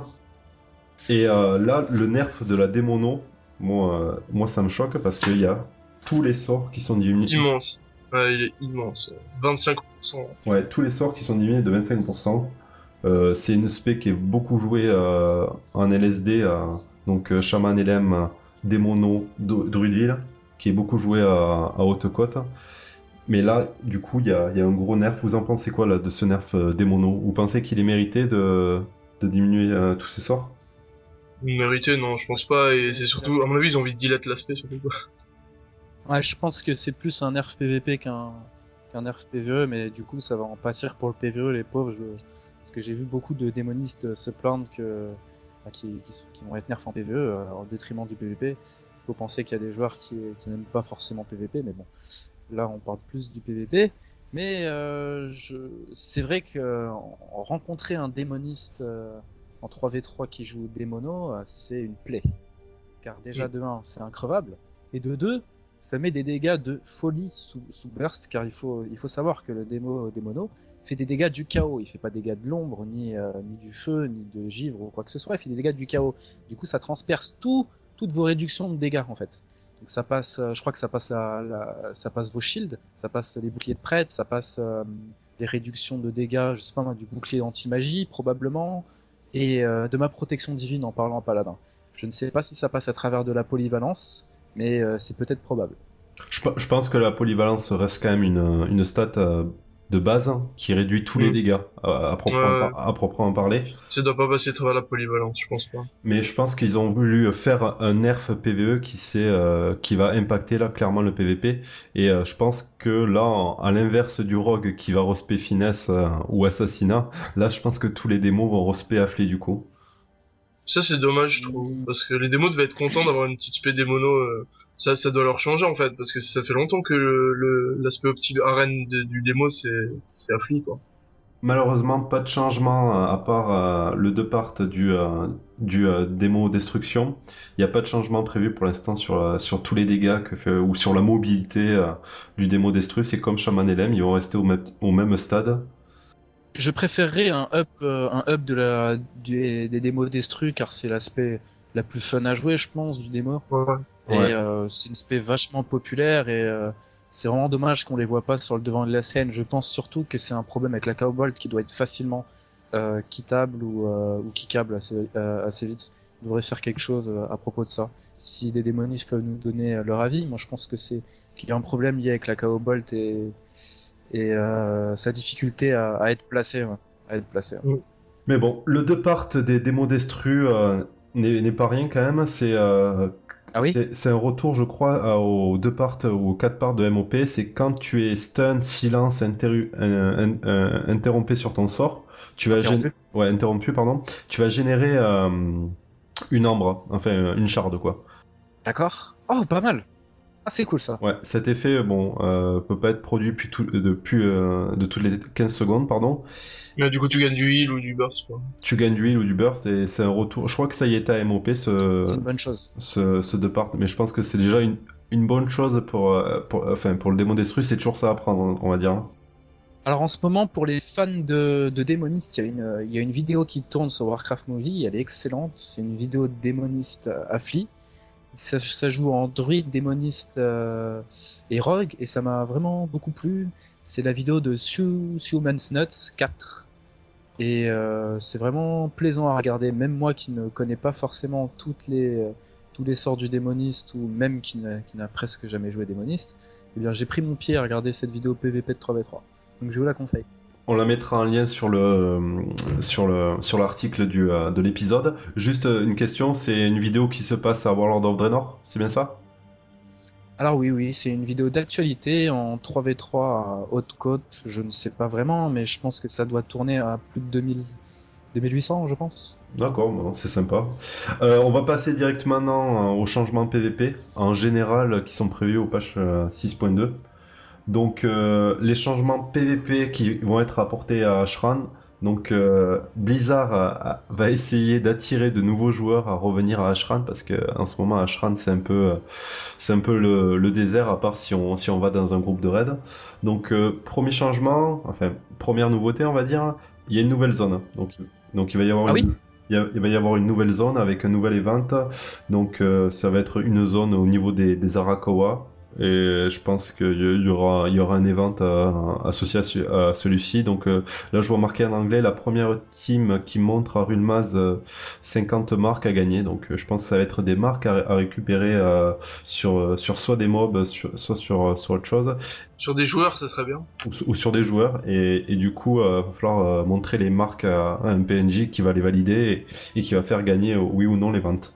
Et euh, là, le nerf de la démono, moi, euh, moi ça me choque parce qu'il y a tous les sorts qui sont diminués. Immense. Ouais, il est immense. vingt-cinq pour cent. Ouais, tous les sorts qui sont diminués de vingt-cinq pour cent. Euh, c'est une spé qui est beaucoup jouée euh, en L S D, euh, donc euh, Shaman L M, Démono, Druidville, qui est beaucoup jouée à, à haute cote. Mais là, du coup, il y a, y a un gros nerf. Vous en pensez quoi là, de ce nerf euh, Démono? Vous pensez qu'il est mérité de, de diminuer euh, tous ces sorts? Mérité, non, je pense pas, et c'est surtout, à mon avis, ils ont envie de dilate l'aspect, surtout quoi. Ouais, je pense que c'est plus un nerf P V P qu'un qu'un nerf P V E, mais du coup, ça va en pâtir pour le P V E, les pauvres. Je... Parce que j'ai vu beaucoup de démonistes se plaindre que enfin, qui, qui, qui vont être nerfs en P V E euh, au détriment du P V P. Il faut penser qu'il y a des joueurs qui, qui n'aiment pas forcément P V P, mais bon, là on parle plus du P V P. Mais euh, je... c'est vrai que rencontrer un démoniste euh, en trois v trois qui joue démono, euh, c'est une plaie. Car déjà, de un, c'est increvable, et de deux, ça met des dégâts de folie sous, sous burst, car il faut, il faut savoir que le démo démono fait des dégâts du chaos, il fait pas des dégâts de l'ombre, ni, euh, ni du feu, ni de givre, ou quoi que ce soit, il fait des dégâts du chaos. Du coup, ça transperce tout, toutes vos réductions de dégâts, en fait. Donc ça passe, euh, je crois que ça passe la, la, ça passe vos shields, ça passe les boucliers de prêtre, ça passe euh, les réductions de dégâts, je sais pas moi, du bouclier anti-magie, probablement, et euh, de ma protection divine en parlant à paladin. Je ne sais pas si ça passe à travers de la polyvalence, mais euh, c'est peut-être probable. Je, je pense que la polyvalence reste quand même une, une stat euh, de base qui réduit tous les Mm. dégâts, à, à, proprement, Ouais. à proprement parler. Ça doit pas passer à travers la polyvalence, je pense pas. Mais je pense qu'ils ont voulu faire un nerf P V E qui, sait, euh, qui va impacter là clairement le P V P. Et euh, je pense que là, en- à l'inverse du rogue qui va respect finesse euh, ou assassinat, là je pense que tous les démos vont respect afflé du coup. Ça, c'est dommage, je trouve. Mm. Parce que les démos devaient être contents d'avoir une petite spé démono. Euh, ça, ça doit leur changer, en fait. Parce que ça fait longtemps que le, le- l'aspect optique arène de- du démo, c'est, c'est affli, quoi. Malheureusement, pas de changement euh, à part euh, le deux part du, euh, du euh, démo destruction. Il n'y a pas de changement prévu pour l'instant sur, euh, sur tous les dégâts que fait, ou sur la mobilité euh, du démo destru. C'est comme Shaman L M, ils vont rester au même, au même stade. Je préférerais un up, euh, un up de la, des, des démos destru, car c'est l'aspect la plus fun à jouer, je pense, du démo. Ouais. Et Ouais. euh, c'est une spé vachement populaire, et euh, c'est vraiment dommage qu'on les voit pas sur le devant de la scène. Je pense surtout que c'est un problème avec la Cowbolt qui doit être facilement euh, quittable ou, euh, ou kickable assez, euh, assez vite. Ils devraient faire quelque chose euh, à propos de ça. Si des démonistes peuvent nous donner euh, leur avis, moi je pense que c'est qu'il y a un problème lié avec la K O Bolt et, et euh, sa difficulté à, à être placé. Ouais, à être placé. Ouais. Mais bon, le deux part des démos destrues euh, n'est n'est pas rien quand même. C'est euh, Ah oui c'est c'est un retour, je crois, à- aux deux parts ou aux quatre parts de M O P. C'est quand tu es stun, silence, interru- euh, in- euh, interrompu sur ton sort, tu vas Interrompu. gén- ouais, interrompu, pardon, tu vas générer euh, une ambre, enfin une shard quoi. D'accord. Oh, pas mal. Ah, c'est cool ça. Ouais, cet effet, bon, euh, peut pas être produit depuis tout, depuis, euh, de toutes les quinze secondes, pardon. Mais du coup, tu gagnes du heal ou du burst, quoi. Tu gagnes du heal ou du burst et c'est un retour. Je crois que ça y est à M O P ce, C'est une bonne chose. ce, ce deux part, mais je pense que c'est déjà une, une bonne chose pour, euh, pour, enfin, pour le démon destru, c'est toujours ça à prendre, on va dire. Alors en ce moment, pour les fans de, de démonistes, il y, a une, il y a une vidéo qui tourne sur Warcraft Movie, elle est excellente. C'est une vidéo de démoniste affli. Ça, ça joue en druide, démoniste euh, et rogue, et ça m'a vraiment beaucoup plu. C'est la vidéo de Su- Human's Nuts quatre. Et euh, c'est vraiment plaisant à regarder, même moi qui ne connais pas forcément toutes les, euh, tous les sorts du démoniste, ou même qui n'a, qui n'a presque jamais joué démoniste, eh bien j'ai pris mon pied à regarder cette vidéo P V P de trois v trois. Donc je vous la conseille. On la mettra en lien sur le sur le sur l'article du euh, de l'épisode. Juste euh, une question, c'est une vidéo qui se passe à Warlord of Draenor, c'est bien ça? Alors oui, oui, c'est une vidéo d'actualité en trois v trois à haute côte, je ne sais pas vraiment, mais je pense que ça doit tourner à plus de deux mille, deux mille huit cents, je pense. D'accord, bon, c'est sympa. Euh, on va passer directement maintenant euh, aux changements P V P en général qui sont prévus au patch euh, six point deux. Donc euh, les changements P V P qui vont être apportés à Ashran. Donc euh, Blizzard a- a- va essayer d'attirer de nouveaux joueurs à revenir à Ashran parce que en ce moment Ashran c'est un peu euh, c'est un peu le, le désert à part si on si on va dans un groupe de raid. Donc euh, premier changement, enfin première nouveauté on va dire, il y a une nouvelle zone. Donc donc il va y avoir Ah une, oui il y a- il va y avoir une nouvelle zone avec un nouvel event. Donc euh, ça va être une zone au niveau des, des Arakawa. Et je pense qu'il y aura, il y aura un event euh, associé à, ce- à celui-ci. Donc euh, là, je vois marqué en anglais la première team qui montre à Runmaz euh, cinquante marques à gagner. Donc euh, je pense que ça va être des marques à, à récupérer euh, sur, euh, sur soit des mobs, sur- soit sur, euh, sur autre chose, Sur des joueurs, ça serait bien. ou, ou sur des joueurs. Et, et du coup, il va falloir euh, montrer les marques à, à un P N J qui va les valider et, et qui va faire gagner euh, oui ou non les ventes.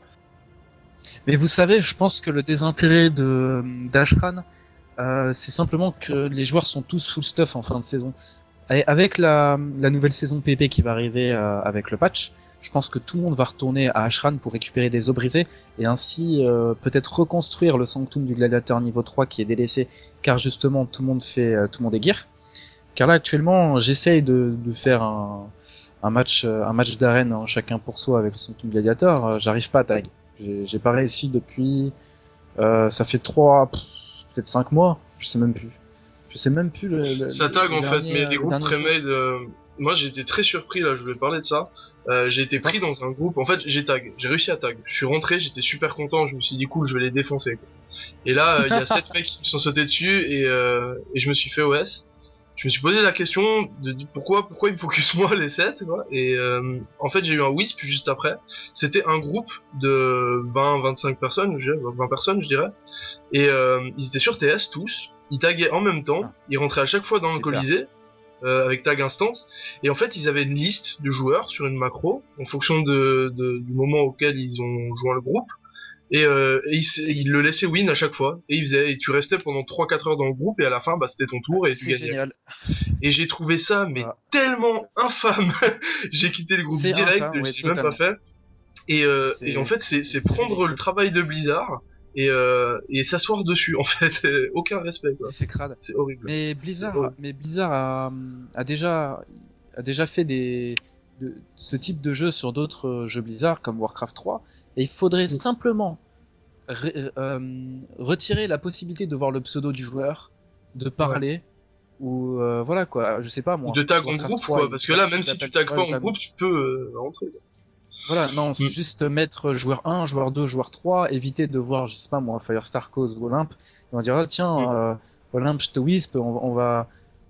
Mais vous savez, je pense que le désintérêt de d'Ashran, euh, c'est simplement que les joueurs sont tous full stuff en fin de saison. Et avec la, la nouvelle saison P V P qui va arriver euh, avec le patch, je pense que tout le monde va retourner à Ashran pour récupérer des os brisés et ainsi euh, peut-être reconstruire le Sanctum du Gladiateur niveau trois qui est délaissé car justement tout le monde fait euh, tout le monde est gear. Car là actuellement j'essaye de, de faire un, un match euh, un match d'arène hein, chacun pour soi avec le Sanctum Gladiateur, euh, j'arrive pas à tag. J'ai, j'ai pas réussi depuis euh, ça fait trois pff, peut-être cinq mois, je sais même plus. Je sais même plus le, le Ça tag le en dernier, fait, mais euh, des le groupes dernier jour. pré-made. euh, Moi j'ai été très surpris là, je voulais parler de ça. Euh, j'ai été pris dans un groupe, en fait j'ai tag, j'ai réussi à tag. Je suis rentré, j'étais super content, je me suis dit cool, je vais les défoncer. Quoi. Et là, il y a sept mecs qui me sont sautés dessus et, euh, et je me suis fait O S. Je me suis posé la question de de pourquoi pourquoi ils me focus moi les sept quoi. Et euh, en fait j'ai eu un wisp juste après. C'était un groupe de vingt vingt-cinq personnes, je dirais, vingt personnes je dirais. Et euh, ils étaient sur T S tous. Ils taguaient en même temps. Ils rentraient à chaque fois dans le Super. Colisée. Euh, avec tag instance et en fait ils avaient une liste de joueurs sur une macro en fonction de, de du moment auquel ils ont joint le groupe et, euh, et ils, s- ils le laissaient win à chaque fois et ils faisaient et tu restais pendant trois quatre heures dans le groupe et à la fin bah c'était ton tour et tu C'est gagnais génial. et j'ai trouvé ça mais Voilà. tellement infâme. J'ai quitté le groupe C'est direct, infâme, je oui, suis même pas totalement. fait et, euh, C'est- et en fait c'est c'est c'est prendre ridicule. le travail de Blizzard et, euh, et s'asseoir dessus en fait. Aucun respect quoi, C'est crade. c'est horrible. Mais C'est Blizzard, horrible. mais Blizzard a, a déjà a déjà fait des de, ce type de jeu sur d'autres euh, jeux Blizzard comme Warcraft trois et il faudrait Mm. simplement re- euh, retirer la possibilité de voir le pseudo du joueur, de parler ou euh, voilà quoi, je sais pas moi. De tag en Warcraft groupe trois, quoi, il- parce que ça- là même ça si tu s'appelle- tags ouais, pas en le groupe tu peux euh, rentrer. Voilà, non, c'est Mm. juste mettre joueur un, joueur deux, joueur trois, éviter de voir, je sais pas moi, Firestar Cause ou Olympe. Et on dira, tiens, Mm. euh, Olympe, je te wisp, on, on va,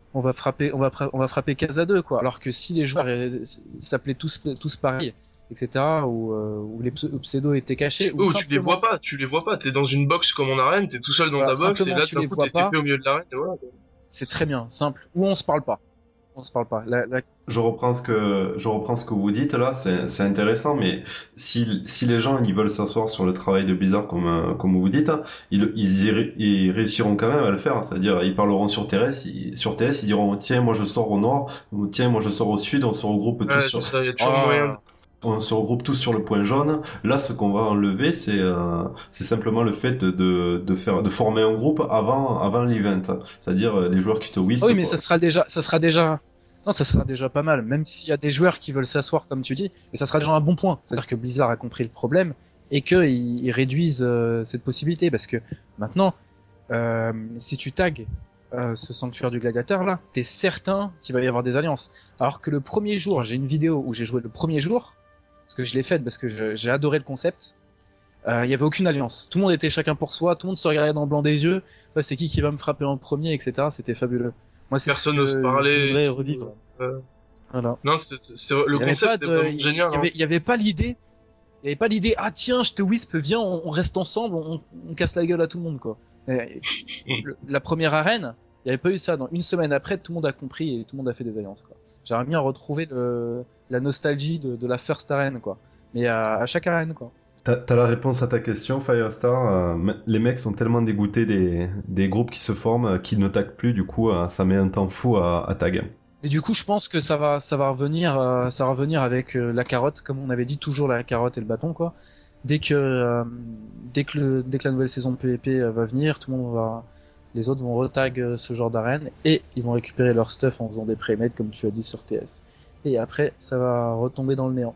on va frapper, on va, on va frapper case à deux, quoi. Alors que si les joueurs euh, s'appelaient tous, tous pareil, et cetera, ou euh, où les pseudos étaient cachés, ou Oh, simplement... tu les vois pas, tu les vois pas. T'es dans une box comme en arène, t'es tout seul dans Voilà, ta box, et là, tu d'un les coup, vois t'es pas. T P au milieu de l'arène, et voilà. C'est très bien, simple. Ou on se parle pas. On se parle pas. La, la... Je reprends ce que je reprends ce que vous dites là, c'est c'est intéressant, mais si si les gens ils veulent s'asseoir sur le travail de Blizzard comme euh, comme vous dites, ils ils, y ré- ils réussiront quand même à le faire. C'est-à-dire ils parleront sur T S, ils, sur T S ils diront tiens moi je sors au nord, ou tiens moi je sors au sud, on se regroupe tous Ouais, sur c'est ça, y a toujours moyen. Ah, on se regroupe tous sur le point jaune. Là, ce qu'on va enlever, c'est euh, c'est simplement le fait de, de de faire de former un groupe avant avant l'event. C'est-à-dire euh, les joueurs qui te wisp. oui, mais quoi. ça sera déjà, ça sera déjà, non, ça sera déjà pas mal. Même s'il y a des joueurs qui veulent s'asseoir, comme tu dis, mais ça sera déjà un bon point. C'est-à-dire que Blizzard a compris le problème et qu'ils ils réduisent euh, cette possibilité, parce que maintenant, euh, si tu tags euh, ce sanctuaire du gladiateur là, t'es certain qu'il va y avoir des alliances. Alors que le premier jour, j'ai une vidéo où j'ai joué le premier jour, parce que je l'ai faite parce que je- j'ai adoré le concept. Euh, Il y avait aucune alliance. Tout le monde était chacun pour soi, tout le monde se regardait dans le blanc des yeux. Ouais, c'est qui qui va me frapper en premier, et cetera. C'était fabuleux. Moi, c'est Personne ce que n'ose parler. je voudrais et tout. revivre. Euh, Voilà. Non, c'est, c'est, c'est- le Il y avait concept pas était de, vraiment il génial. y avait, hein. il y avait pas l'idée. Il y avait pas l'idée. Ah tiens, je te wisp, viens, on, on reste ensemble, on, on casse la gueule à tout le monde, quoi. Et- le- la première arène, il y avait pas eu ça. Dans une semaine après, tout le monde a compris et tout le monde a fait des alliances, quoi. J'aimerais bien retrouver le, la nostalgie de, de la first arène, quoi. Mais à, à chaque arène, quoi. T'as, t'as la réponse à ta question, Firestar. Euh, me- les mecs sont tellement dégoûtés des, des groupes qui se forment euh, qu'ils ne taguent plus, du coup, euh, ça met un temps fou à, à tag. Et du coup, je pense que ça va, ça va revenir, euh, ça va revenir avec euh, la carotte, comme on avait dit, toujours la carotte et le bâton, quoi. Dès que, euh, dès que le, dès que la nouvelle saison de P V P euh, va venir, tout le monde va, les autres vont retag euh, ce genre d'arène et ils vont récupérer leur stuff en faisant des pré-made, comme tu as dit sur T S. Et après, ça va retomber dans le néant.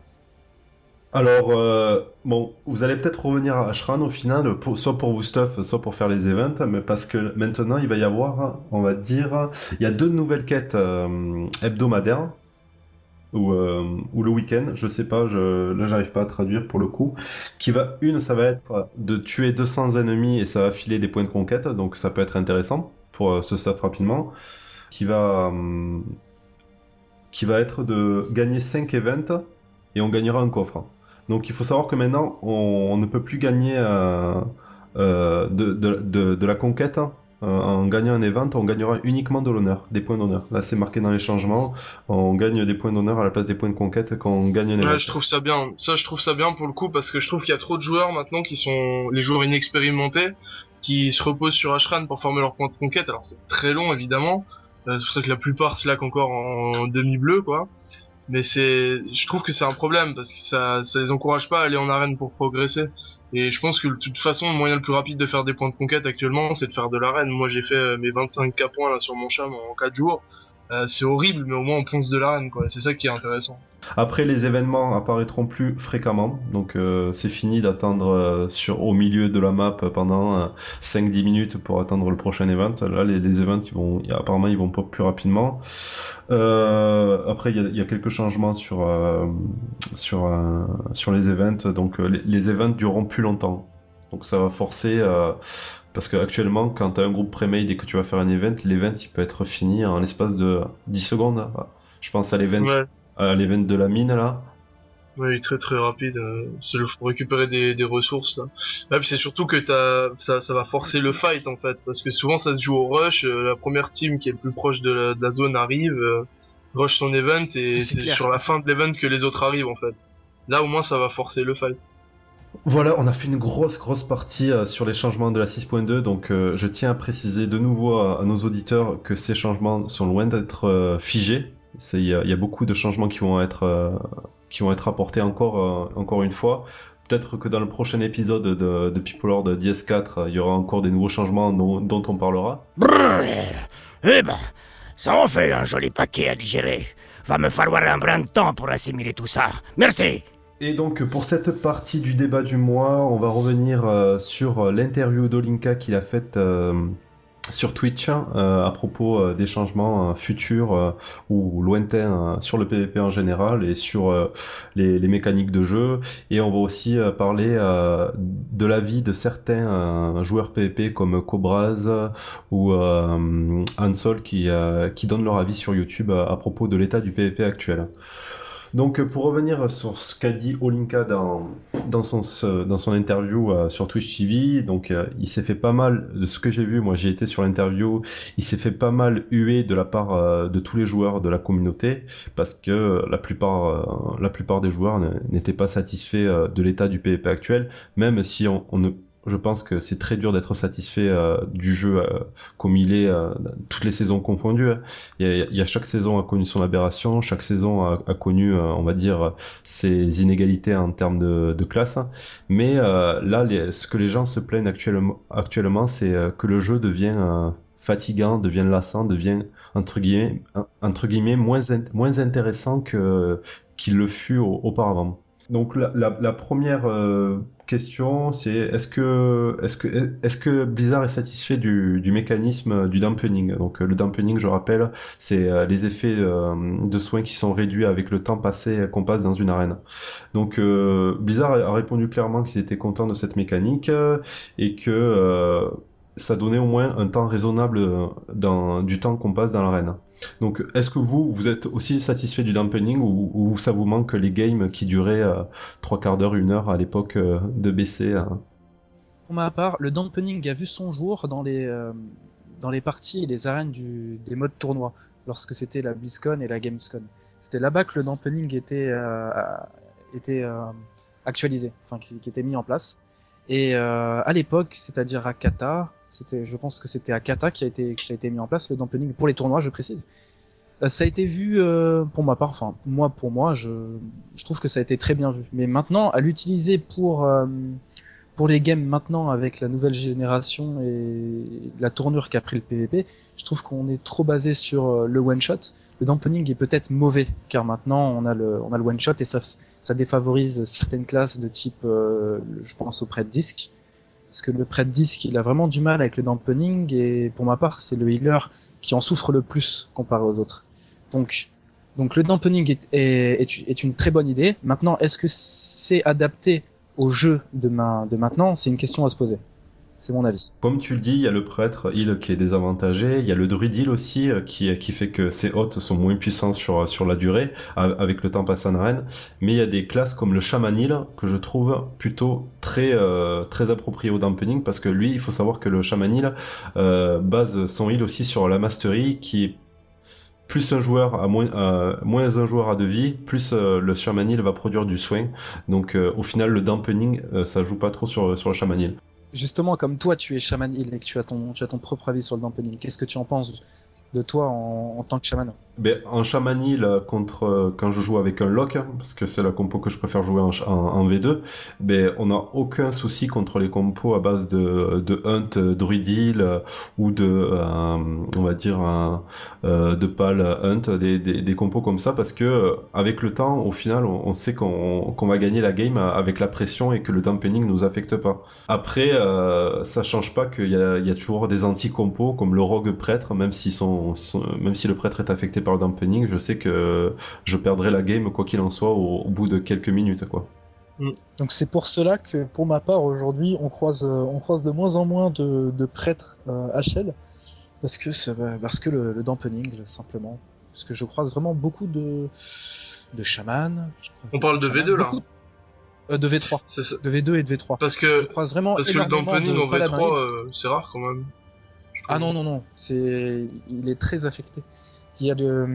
Alors, euh, bon, vous allez peut-être revenir à Ashran au final, pour, soit pour vous stuff, soit pour faire les events, mais parce que maintenant, il va y avoir, on va dire, il y a deux nouvelles quêtes euh, hebdomadaires, ou, euh, ou le week-end, je sais pas, je, là j'arrive pas à traduire pour le coup, qui va, une, ça va être de tuer deux cents ennemis et ça va filer des points de conquête, donc ça peut être intéressant pour euh, se stuff rapidement, qui va, euh, qui va être de gagner cinq events et on gagnera un coffre. Donc il faut savoir que maintenant on, on ne peut plus gagner euh, euh, de, de, de, de la conquête. Euh, en gagnant un event, on gagnera uniquement de l'honneur, des points d'honneur. Là c'est marqué dans les changements, on gagne des points d'honneur à la place des points de conquête quand on gagne un event. Ouais, je trouve ça bien. Ça, je trouve ça bien pour le coup parce que je trouve qu'il y a trop de joueurs maintenant qui sont les joueurs inexpérimentés qui se reposent sur Ashran pour former leur point de conquête. Alors c'est très long évidemment. Euh, c'est pour ça que la plupart slack encore en demi-bleu quoi. Mais c'est, je trouve que c'est un problème parce que ça, ça les encourage pas à aller en arène pour progresser. Et je pense que de toute façon, le moyen le plus rapide de faire des points de conquête actuellement, c'est de faire de l'arène. Moi, j'ai fait euh, mes vingt-cinq K points là sur mon cham en quatre jours. Euh, c'est horrible, mais au moins on ponce de l'arène, quoi. C'est ça qui est intéressant. Après, les événements apparaîtront plus fréquemment, donc euh, c'est fini d'attendre euh, sur au milieu de la map pendant euh, cinq dix minutes pour attendre le prochain event. Là, les, les events, ils vont, apparemment, ils vont pop plus rapidement. Euh, après, il y a, y a quelques changements sur euh, sur euh, sur les events, donc euh, les, les events dureront plus longtemps. Donc ça va forcer. Euh, Parce que actuellement, quand tu as un groupe pré-made et que tu vas faire un event, l'event il peut être fini en l'espace de dix secondes. Je pense à l'event, Ouais. à l'event de la mine là. Oui, très très rapide. Euh, c'est le faut récupérer des, des ressources là. Ah, puis c'est surtout que t'as, ça, ça va forcer le fight en fait, parce que souvent ça se joue au rush. Euh, la première team qui est le plus proche de la, de la zone arrive, euh, rush son event et C'est c'est clair. sur la fin de l'event que les autres arrivent en fait. Là au moins ça va forcer le fight. Voilà, on a fait une grosse grosse partie euh, sur les changements de la six point deux, donc euh, je tiens à préciser de nouveau à, à nos auditeurs que ces changements sont loin d'être euh, figés. C'est- Il y, a- il y a beaucoup de changements qui vont être, euh, qui vont être apportés encore, euh, encore une fois. Peut-être que dans le prochain épisode de, de People Lord D S quatre, euh, il y aura encore des nouveaux changements dont, dont on parlera. Brrr. Eh ben, ça en fait un joli paquet à digérer. Va me falloir un brin de temps pour assimiler tout ça. Merci. Et donc pour cette partie du débat du mois, on va revenir euh, sur l'interview d'Olinka qu'il a faite euh, sur Twitch euh, à propos euh, des changements euh, futurs euh, ou lointains euh, sur le P V P en général et sur euh, les, les mécaniques de jeu. Et on va aussi euh, parler euh, de l'avis de certains euh, joueurs P V P comme Cobraz ou euh, Hansol qui, euh, qui donnent leur avis sur YouTube à, à propos de l'état du P V P actuel. Donc pour revenir sur ce qu'a dit Olinka dans, dans, son, dans son interview euh, sur Twitch T V, donc euh, il s'est fait pas mal, de ce que j'ai vu, moi j'ai été sur l'interview, il s'est fait pas mal huer de la part euh, de tous les joueurs de la communauté, parce que la plupart, euh, la plupart des joueurs n'étaient pas satisfaits euh, de l'état du P V P actuel, même si on, on ne... Je pense que c'est très dur d'être satisfait euh, du jeu euh, comme il est, euh, toutes les saisons confondues. Il y, a, il y a chaque saison a connu son aberration, chaque saison a, a connu, euh, on va dire, ses inégalités en termes de, de classe. Mais euh, là, les, ce que les gens se plaignent actuellement, actuellement c'est euh, que le jeu devient euh, fatigant, devient lassant, devient entre guillemets, entre guillemets moins, in, moins intéressant que qu'il le fut au, auparavant. Donc la, la, la première euh, question, c'est est-ce que, est-ce que, est-ce que Blizzard est satisfait du, du mécanisme du dampening? Donc le dampening, je rappelle, c'est euh, les effets euh, de soins qui sont réduits avec le temps passé qu'on passe dans une arène. Donc euh, Blizzard a répondu clairement qu'ils étaient contents de cette mécanique euh, et que euh, ça donnait au moins un temps raisonnable dans, du temps qu'on passe dans l'arène. Donc, est-ce que vous, vous êtes aussi satisfait du dampening ou, ou ça vous manque les games qui duraient euh, trois quarts d'heure, une heure à l'époque euh, de B C euh... Pour ma part, le dampening a vu son jour dans les, euh, dans les parties et les arènes du, des modes tournoi, lorsque c'était la BlizzCon et la Gamescom. C'était là-bas que le dampening était, euh, était euh, actualisé, enfin qui, qui était mis en place. Et euh, à l'époque, c'est-à-dire à Kata, c'était, je pense que c'était à Kata qui a été, que ça a été mis en place le dampening pour les tournois, je précise. Euh, ça a été vu euh, pour ma part, enfin moi pour moi, je, je trouve que ça a été très bien vu. Mais maintenant, à l'utiliser pour euh, pour les games maintenant avec la nouvelle génération et la tournure qu'a pris le P V P, je trouve qu'on est trop basé sur euh, le one shot. Le dampening est peut-être mauvais car maintenant on a le on a le one shot et ça ça défavorise certaines classes de type, euh, je pense au prêt de disque. Parce que le prêt de disque, il a vraiment du mal avec le dampening, et pour ma part, c'est le healer qui en souffre le plus comparé aux autres. Donc, donc le dampening est, est, est, est une très bonne idée. Maintenant, est-ce que c'est adapté au jeu de, ma, de maintenant? C'est une question à se poser. C'est mon avis. Comme tu le dis, il y a le prêtre heal qui est désavantagé, il y a le druid heal aussi qui, qui fait que ses hôtes sont moins puissants sur, sur la durée, avec le temps passé en arène, mais il y a des classes comme le shaman heal que je trouve plutôt très, euh, très approprié au dampening, parce que lui, il faut savoir que le shaman heal euh, base son heal aussi sur la mastery qui est plus un joueur a moins, euh, moins un joueur a de vie, plus euh, le shaman heal va produire du soin, donc euh, au final le dampening euh, ça joue pas trop sur, sur le shaman heal. Justement, comme toi, tu es Shaman Heal et que tu as ton, tu as ton propre avis sur le dampening, qu'est-ce que tu en penses de toi en, en tant que chaman? Ben, en Shaman Heal, contre, quand je joue avec un lock, parce que c'est la compo que je préfère jouer en, en, en V deux, ben, on n'a aucun souci contre les compos à base de, de Hunt, Druid Heal, ou de, euh, on va dire, un, euh, de Pal Hunt, des, des, des compos comme ça, parce que avec le temps, au final, on, on sait qu'on qu'on va gagner la game avec la pression et que le dampening ne nous affecte pas. Après, euh, ça change pas qu'il y a, il y a toujours des anti-compos, comme le Rogue Prêtre, même, si son, son, même si le prêtre est affecté par le dampening, je sais que je perdrai la game quoi qu'il en soit au, au bout de quelques minutes, quoi. Donc c'est pour cela que pour ma part aujourd'hui on croise on croise de moins en moins de, de prêtres euh, H L parce que c'est, parce que le, le dampening simplement, parce que je croise vraiment beaucoup de de chamans. On parle de chaman, V deux là. Beaucoup, euh, de V trois. C'est ça. De V deux et de V trois. Parce que je croise vraiment parce que le dampening en V trois euh, c'est rare quand même. Ah non non non, c'est il est très affecté. Il y a de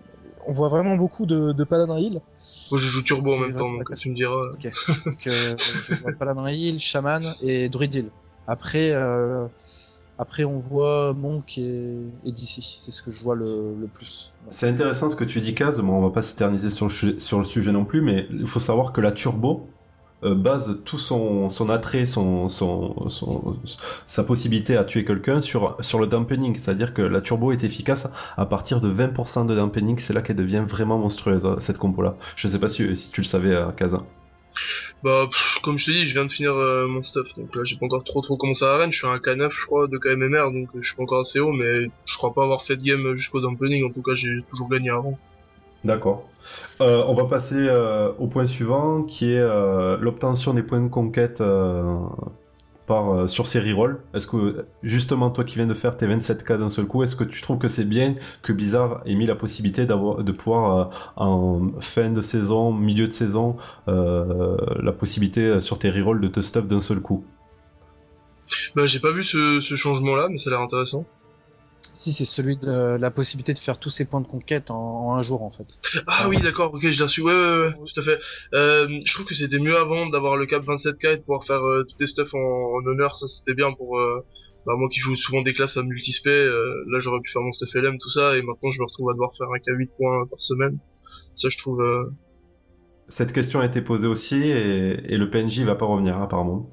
on voit vraiment beaucoup de, de paladin heal. Moi je joue turbo en même temps, donc tu me diras. Ok. Donc euh, je vois paladin heal, shaman et druid heal. Après euh, après on voit monk et, et D C. C'est ce que je vois le, le plus. C'est intéressant ce que tu dis, Kaz. Bon, on va pas s'éterniser sur le, sur le sujet non plus, mais il faut savoir que la turbo Euh, base tout son, son attrait, son, son, son, sa possibilité à tuer quelqu'un sur, sur le dampening. C'est-à-dire que la turbo est efficace à partir de vingt pour cent de dampening. C'est là qu'elle devient vraiment monstrueuse, cette compo-là. Je sais pas si, si tu le savais, Kaza. Bah, pff, comme je te dis, je viens de finir euh, mon stuff, donc là j'ai pas encore trop trop commencé à l'arène, je suis à un K neuf je crois, de K M M R, donc euh, je suis pas encore assez haut, mais je crois pas avoir fait de game jusqu'au dampening, en tout cas j'ai toujours gagné avant. D'accord. Euh, on va passer euh, au point suivant, qui est euh, l'obtention des points de conquête euh, par, euh, sur ces rerolls. Est-ce que, justement, toi qui viens de faire tes vingt-sept K d'un seul coup, est-ce que tu trouves que c'est bien que Blizzard ait mis la possibilité d'avoir, de pouvoir, euh, en fin de saison, milieu de saison, euh, la possibilité euh, sur tes rerolls de te stuff d'un seul coup? Bah j'ai pas vu ce, ce changement là, mais ça a l'air intéressant. Si, c'est celui de euh, la possibilité de faire tous ces points de conquête en, en un jour en fait. Ah Ah. oui d'accord, ok j'ai reçu, ouais ouais ouais, tout à fait. Euh, je trouve que c'était mieux avant d'avoir le cap vingt-sept K et de pouvoir faire euh, tous tes stuff en, en honneur, ça c'était bien pour... Euh, bah moi qui joue souvent des classes à multispé, euh, là j'aurais pu faire mon stuff L M tout ça, et maintenant je me retrouve à devoir faire un K huit points par semaine. Ça je trouve... Euh... Cette question a été posée aussi et, et le P N J va pas revenir apparemment.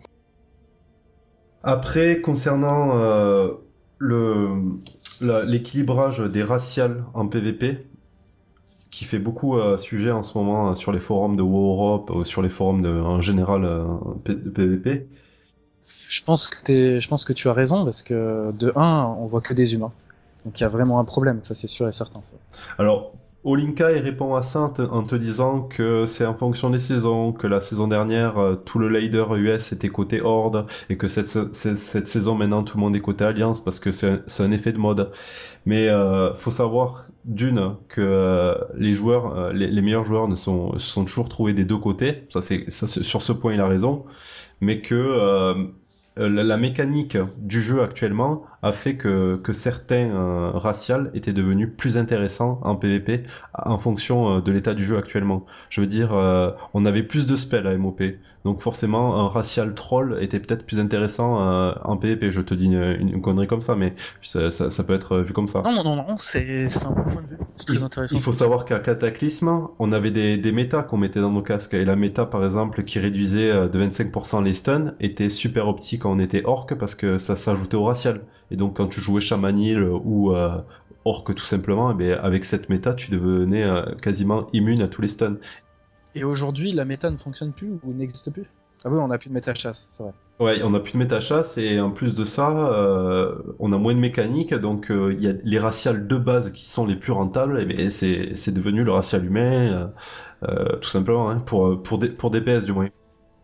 Après, concernant euh, le, la- l'équilibrage des raciales en P V P, qui fait beaucoup euh, sujet en ce moment euh, sur les forums de WoW Europe, ou sur les forums de, en général euh, P- de P V P. Je pense que t'es, je pense que tu as raison parce que de un, on voit que des humains. Donc il y a vraiment un problème, ça c'est sûr et certain. Alors, Olinka il répond à ça en te, en te disant que c'est en fonction des saisons, que la saison dernière, euh, tout le leader U S était côté Horde, et que cette, sa- cette, cette saison maintenant tout le monde est côté Alliance parce que c'est un, c'est un effet de mode. Mais euh, faut savoir d'une que euh, les joueurs, euh, les, les meilleurs joueurs ne sont, se sont toujours trouvés des deux côtés. Ça c'est, ça, c'est- sur ce point il a raison. Mais que euh, euh, la, la mécanique du jeu actuellement a fait que, que certains euh, raciales étaient devenus plus intéressants en P V P en fonction euh, de l'état du jeu actuellement. Je veux dire, euh, on avait plus de spells à M O P, donc forcément un racial troll était peut-être plus intéressant euh, en P V P. Je te dis une, une, une connerie comme ça, mais ça, ça, ça peut être vu comme ça. Non, non, non, c'est, c'est un bon point de vue. C'est très Il, intéressant. il faut savoir qu'à Cataclysme, on avait des, des méta qu'on mettait dans nos casques. Et la méta, par exemple, qui réduisait euh, de vingt-cinq pour cent les stuns, était super optique quand on était orc parce que ça s'ajoutait au racial. Et donc, quand tu jouais chamanil ou euh, orc tout simplement, eh bien, avec cette méta, tu devenais euh, quasiment immune à tous les stuns. Et aujourd'hui, la méta ne fonctionne plus ou n'existe plus. Ah oui, on n'a plus de méta chasse, c'est vrai. Ouais, on n'a plus de méta-chasse et en plus de ça, euh, on a moins de mécanique, donc euh, il y a les raciales de base qui sont les plus rentables, et bien c'est c'est devenu le racial humain, euh, euh, tout simplement, hein, pour pour des pour D P S du moins.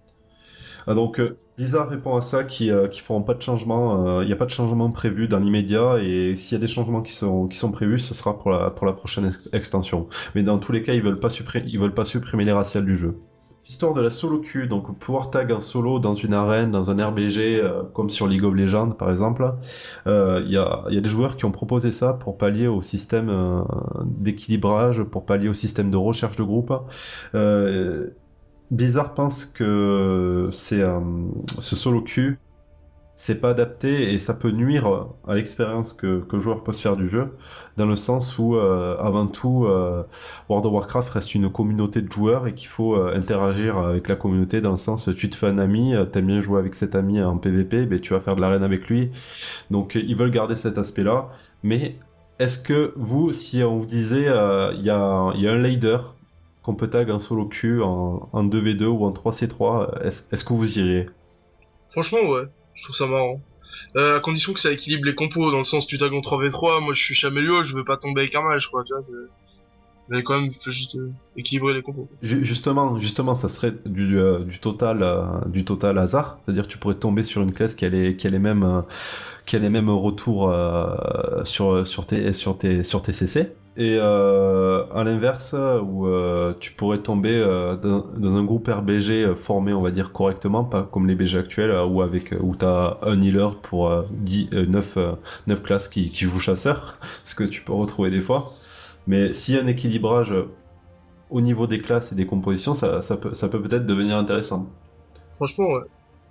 Ah, donc euh, Blizzard répond à ça qui euh, qui feront pas de changement, euh, il n'y a pas de changement prévu dans l'immédiat et s'il y a des changements qui sont qui sont prévus, ce sera pour la pour la prochaine ex- extension. Mais dans tous les cas, ils veulent pas supprimer ils veulent pas supprimer les raciales du jeu. Histoire de la solo queue, donc pouvoir tag en solo dans une arène, dans un R B G, euh, comme sur League of Legends par exemple. Euh, Il y, a, y a des joueurs qui ont proposé ça pour pallier au système euh, d'équilibrage, pour pallier au système de recherche de groupe. Euh, Blizzard pense que c'est euh, ce solo queue, c'est pas adapté et ça peut nuire à l'expérience que, que le joueur peut se faire du jeu, dans le sens où, euh, avant tout, euh, World of Warcraft reste une communauté de joueurs et qu'il faut euh, interagir avec la communauté, dans le sens, tu te fais un ami, euh, t'aimes bien jouer avec cet ami en P V P, ben, tu vas faire de l'arène avec lui. Donc ils veulent garder cet aspect-là, mais est-ce que vous, si on vous disait, il euh, y, a, y a un leader qu'on peut tag en solo queue, en, en deux v deux ou en trois c trois, est-ce, est-ce que vous iriez? Franchement ouais, je trouve ça marrant. Euh, à condition que ça équilibre les compos, dans le sens tu tags en trois v trois, moi je suis Chamélio, je veux pas tomber avec un mage quoi, tu vois, c'est... Mais quand même, faut juste euh, équilibrer les compos. Ju- Justement, justement, ça serait du, euh, du total, euh, du total hasard. C'est-à-dire, que tu pourrais tomber sur une classe qui a les, qui a les mêmes, euh, qui a les mêmes retours euh, sur, sur tes, sur tes, sur tes C C. Et euh, à l'inverse, où euh, tu pourrais tomber euh, dans, dans un groupe R B G formé, on va dire correctement, pas comme les B G actuels, euh, où avec, où t'as un healer pour euh, dix, euh, neuf, euh, neuf classes qui, qui jouent chasseur, ce que tu peux retrouver des fois. Mais s'il y a un équilibrage au niveau des classes et des compositions, ça, ça peut, ça peut peut-être devenir intéressant. Franchement, ouais.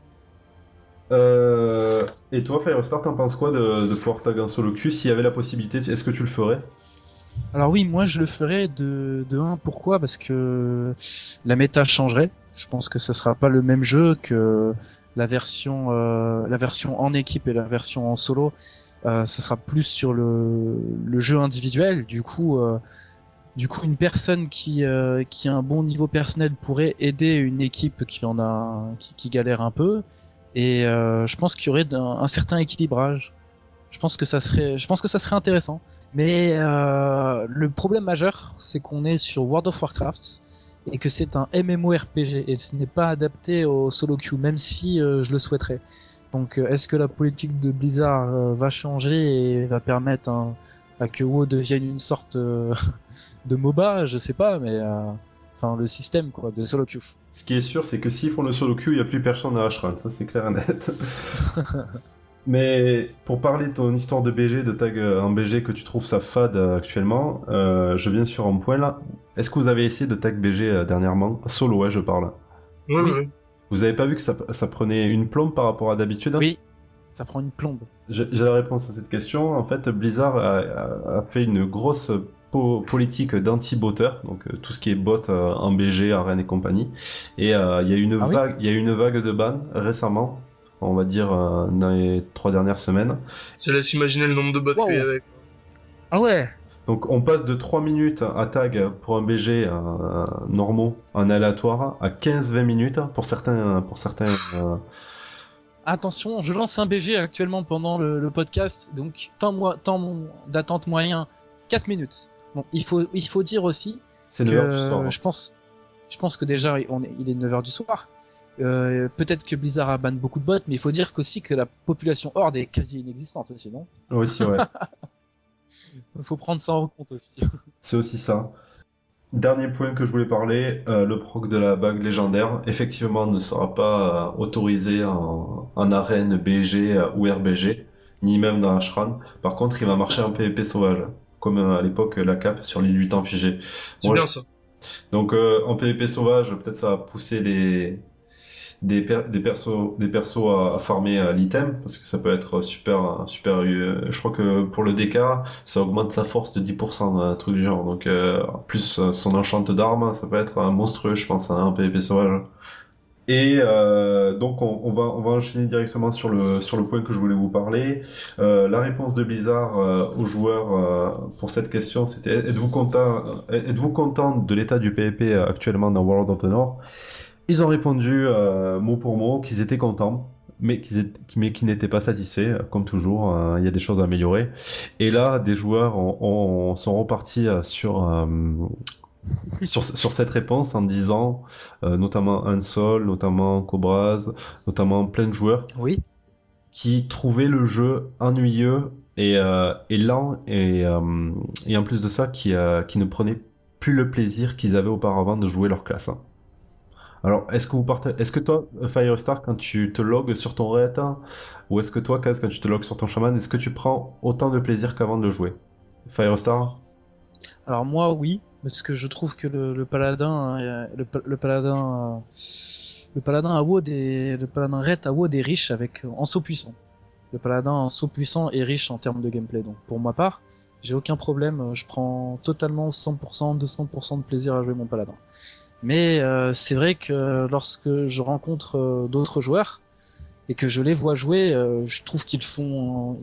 Euh, et toi, Firestar, t'en penses quoi de, de pouvoir tag en solo queue? S'il y avait la possibilité, est-ce que tu le ferais? Alors oui, moi je le ferais de, de un. Pourquoi? Parce que la méta changerait. Je pense que ça sera pas le même jeu que la version, euh, la version en équipe et la version en solo. Euh, ça sera plus sur le, le jeu individuel. Du coup, euh, Du coup, une personne qui euh, qui a un bon niveau personnel pourrait aider une équipe qui en a qui, qui galère un peu. Et euh, je pense qu'il y aurait un, un certain équilibrage. Je pense que ça serait, je pense que ça serait intéressant. Mais euh, le problème majeur, c'est qu'on est sur World of Warcraft et que c'est un MMORPG et ce n'est pas adapté au solo queue, même si euh, je le souhaiterais. Donc, euh, est-ce que la politique de Blizzard euh, va changer et va permettre un, à que WoW devienne une sorte euh, de MOBA? Je sais pas, mais euh, enfin le système quoi de solo queue. Ce qui est sûr, c'est que s'ils font le solo queue, il n'y a plus personne à Ashran, ça c'est clair et net. Mais pour parler de ton histoire de B G, de tag en B G que tu trouves ça fade euh, actuellement, euh, je viens sur un point là. Est-ce que vous avez essayé de tag B G euh, dernièrement? Solo, ouais, je parle. Ouais, Oui. ouais. Vous avez pas vu que ça, ça prenait une plombe par rapport à d'habitude? Oui, ça prend une plombe. J'ai j'ai la réponse à cette question. En fait, Blizzard a, a- a fait une grosse po- politique d'anti-botteur, donc euh, tout ce qui est bot euh, en B G, arène et compagnie. Et euh, il y a une Ah oui vague, il y a une vague de ban récemment, on va dire euh, dans les trois dernières semaines. Ça laisse imaginer le nombre de bots Wow. qu'il y a avec. Ah ouais. Donc on passe de trois minutes à tag pour un B G euh, normaux en aléatoire à quinze vingt minutes pour certains pour certains euh, Attention, je lance un B G actuellement pendant le, le podcast, donc temps, moi, temps d'attente moyen quatre minutes. Bon, il faut il faut dire aussi c'est neuf heures du soir. que je pense je pense que déjà on est, il est neuf heures du soir. Euh, peut-être que Blizzard a ban beaucoup de bots, mais il faut dire qu'aussi que la population horde est quasi inexistante aussi, non? Aussi, ouais. Il faut prendre ça en compte aussi. C'est aussi ça. Dernier point que je voulais parler, euh, le proc de la bague légendaire, effectivement, ne sera pas euh, autorisé en, en arène B G euh, ou R B G, ni même dans Ashran. Par contre, il va marcher en PvP sauvage, comme euh, à l'époque la cape sur l'île huit ans figé. C'est Moi, bien je- ça. Donc euh, en PvP sauvage, peut-être ça va pousser des des, per- des persos des persos à, à farmer euh, l'item parce que ça peut être super super euh, je crois que pour le D K ça augmente sa force de dix pour cent un truc du genre donc euh, plus euh, son enchante d'armes ça peut être un monstrueux je pense hein, en PvP sauvage. Et euh, donc on, on va on va enchaîner directement sur le sur le point que je voulais vous parler. Euh, la réponse de Blizzard euh, aux joueurs euh, pour cette question, c'était êtes-vous content êtes-vous content de l'état du PvP actuellement dans World of the North? Ils ont répondu euh, mot pour mot qu'ils étaient contents, mais qu'ils étaient, mais qu'ils n'étaient pas satisfaits, comme toujours. euh, Il y a des choses à améliorer. Et là, des joueurs ont, ont- sont repartis euh, sur euh, sur, sur cette réponse en disant, euh, notamment Unsol, notamment Cobraz, notamment plein de joueurs Oui. qui trouvaient le jeu ennuyeux et, euh, et lent et, euh, et en plus de ça qui, euh, qui ne prenaient plus le plaisir qu'ils avaient auparavant de jouer leur classe. Alors, est-ce que vous partagez, est-ce que toi, Firestar, quand tu te logs sur ton raid, ou est-ce que toi, Kaz, quand tu te logs sur ton shaman, est-ce que tu prends autant de plaisir qu'avant de le jouer? Firestar? Alors moi oui, parce que je trouve que le, le paladin, euh, le, pa- le paladin, euh, le paladin à WoD est, le paladin raid à WoD est riche avec en saut puissant. Le paladin en saut puissant est riche en termes de gameplay. Donc pour ma part, j'ai aucun problème, je prends totalement cent pour cent, deux cents pour cent de plaisir à jouer mon paladin. Mais euh, c'est vrai que lorsque je rencontre euh, d'autres joueurs et que je les vois jouer, euh, je trouve qu'ils font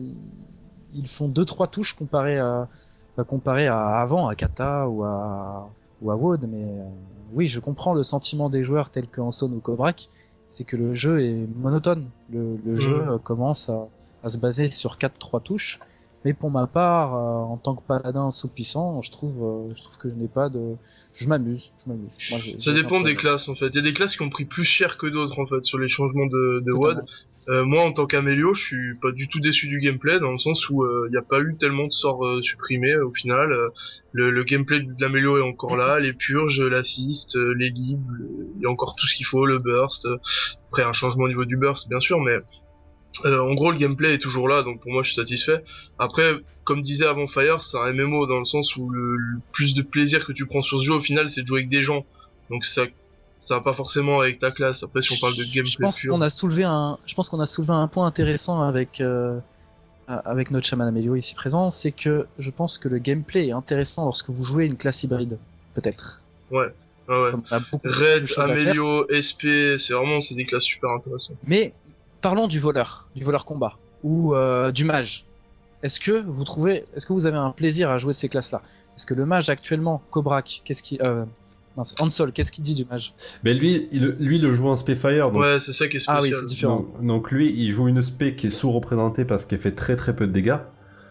ils font deux trois touches comparé à bah, comparé à avant, à Kata ou à ou à WoD. Mais euh, oui, je comprends le sentiment des joueurs tels que Hanson ou Kobrak, c'est que le jeu est monotone. Le, le Mhm. jeu euh, commence à, à se baser sur quatre trois touches. Mais pour ma part, euh, en tant que paladin sous-puissant, je trouve, euh, je trouve que je n'ai pas de, je m'amuse, je m'amuse. Moi, j'ai- Ça j'ai aucun dépend des problème. classes en fait. Il y a des classes qui ont pris plus cher que d'autres en fait sur les changements de, de Totalement. WoD. Euh, moi en tant qu'Amélio, je suis pas du tout déçu du gameplay dans le sens où il n'y a pas eu tellement de sorts euh, supprimés euh, au final. Euh, le, le gameplay de l'Amélio est encore là, les purges, l'assist, euh, les libs, le- il y a encore tout ce qu'il faut, le burst. euh, Après un changement au niveau du burst bien sûr, mais euh, en gros le gameplay est toujours là, donc pour moi je suis satisfait. Après, comme disait avant Fire, c'est un M M O dans le sens où le, le plus de plaisir que tu prends sur ce jeu au final c'est de jouer avec des gens. Donc ça ça va pas forcément avec ta classe. Après si on parle de gameplay Je pense pur. qu'on a soulevé un, je pense qu'on a soulevé un point intéressant avec euh, avec notre chaman Amélio ici présent, c'est que je pense que le gameplay est intéressant lorsque vous jouez une classe hybride, peut-être. Ouais. Ouais, ouais. Comme on a beaucoup de Red, choses à faire. Amélio, S P, c'est vraiment c'est des classes super intéressantes. Mais parlons du voleur, du voleur combat ou euh, du mage. Est-ce que vous trouvez, est-ce que vous avez un plaisir à jouer ces classes-là? Parce que le mage actuellement, Cobrak, qu'est-ce qui, euh, mince, Hansol, qu'est-ce qu'il dit du mage? Ben lui, il, lui, il le joue en Spellfire. Donc, Ouais, c'est ça qui est Ah oui, spécial. c'est différent. donc, donc lui, il joue une spé qui est sous-représentée parce qu'elle fait très très peu de dégâts.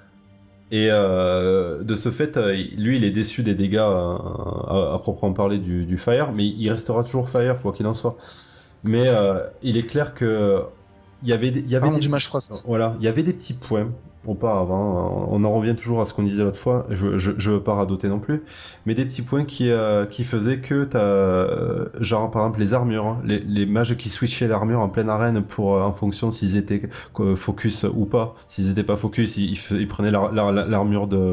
Et euh, de ce fait, euh, lui, il est déçu des dégâts euh, à, à proprement parler du, du Fire, mais il restera toujours Fire, quoi qu'il en soit. Mais euh, il est clair que il y avait, des- il y avait Pardon, des, du mage Frost. voilà, il y avait des petits points auparavant. On en revient toujours à ce qu'on disait l'autre fois. Je, je, je veux pas radoter non plus, mais des petits points qui, euh, qui faisaient que t'as, euh, genre par exemple les armures, hein. les, les mages qui switchaient l'armure en pleine arène pour euh, en fonction s'ils étaient euh, focus ou pas. S'ils étaient pas focus, ils, ils, ils prenaient la- la- la- l'armure de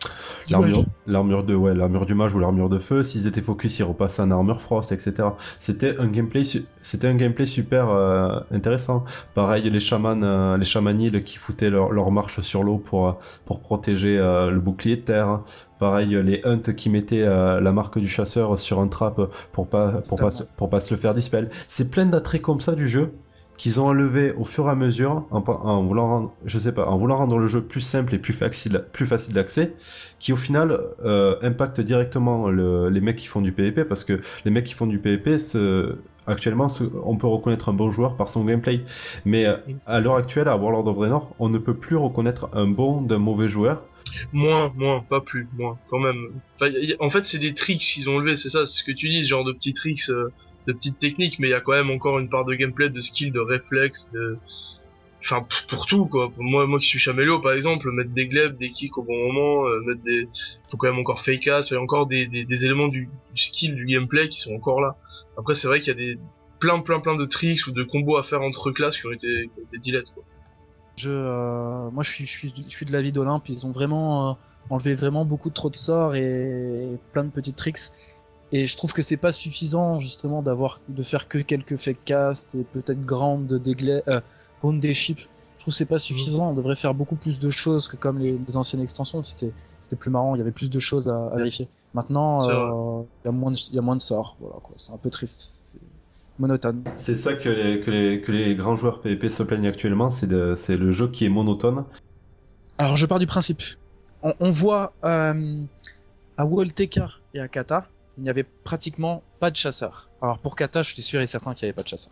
Du l'armure, mage. l'armure de ouais, l'armure du mage ou l'armure de feu. S'ils étaient focus, ils repassaient en armure frost, et cetera. C'était un gameplay, su- c'était un gameplay super euh, intéressant. Pareil, les chamans, euh, les chamaniles qui foutaient leur, leur marche sur l'eau pour, euh, pour protéger euh, le bouclier de terre. Pareil, les hunts qui mettaient euh, la marque du chasseur sur un trap pour pas, pour pas, se- pour pas se le faire dispel. C'est plein d'attraits comme ça du jeu qu'ils ont enlevé au fur et à mesure en, en voulant rendre, je sais pas, en voulant rendre le jeu plus simple et plus facile, plus facile d'accès, qui au final euh, impacte directement le, les mecs qui font du PvP parce que les mecs qui font du PvP, se, actuellement, se, on peut reconnaître un bon joueur par son gameplay, mais euh, à l'heure actuelle, à Warlord of Draenor, on ne peut plus reconnaître un bon d'un mauvais joueur. Moins, moins, pas plus, moins, quand même. Enfin, y a- y a- en fait, c'est des tricks qu'ils ont enlevés, c'est ça, c'est ce que tu dis, ce genre de petits tricks, euh, de petites techniques, mais il y a quand même encore une part de gameplay, de skill, de réflexe, de... Enfin, p- pour tout, quoi. Moi, moi qui suis chaméléo, par exemple, mettre des glaives, des kicks au bon moment, euh, mettre des... Faut quand même encore fake as, il y a encore des, des, des éléments du, du skill, du gameplay qui sont encore là. Après, c'est vrai qu'il y a des plein, plein, plein de tricks ou de combos à faire entre classes qui ont été, qui ont été dilettes, quoi. Je, euh, moi, je suis, je suis, je suis de l'avis d'Olympe. Ils ont vraiment euh, enlevé vraiment beaucoup trop de sorts et plein de petits tricks. Et je trouve que c'est pas suffisant justement d'avoir, de faire que quelques fake casts et peut-être ground des glaives, euh, ground des ships. Je trouve que c'est pas suffisant. On devrait faire beaucoup plus de choses que comme les, les anciennes extensions. C'était, c'était plus marrant. Il y avait plus de choses à, à vérifier. Maintenant, C'est euh, il y a moins, de, il y a moins de sorts. Voilà quoi. C'est un peu triste. C'est monotone. C'est ça que les, que les, que les grands joueurs PvP se plaignent actuellement, c'est, de, c'est le jeu qui est monotone. Alors je pars du principe. On, on voit euh, à Wolteka et à Kata, il n'y avait pratiquement pas de chasseurs. Alors pour Kata, je suis sûr et certain qu'il n'y avait pas de chasseurs.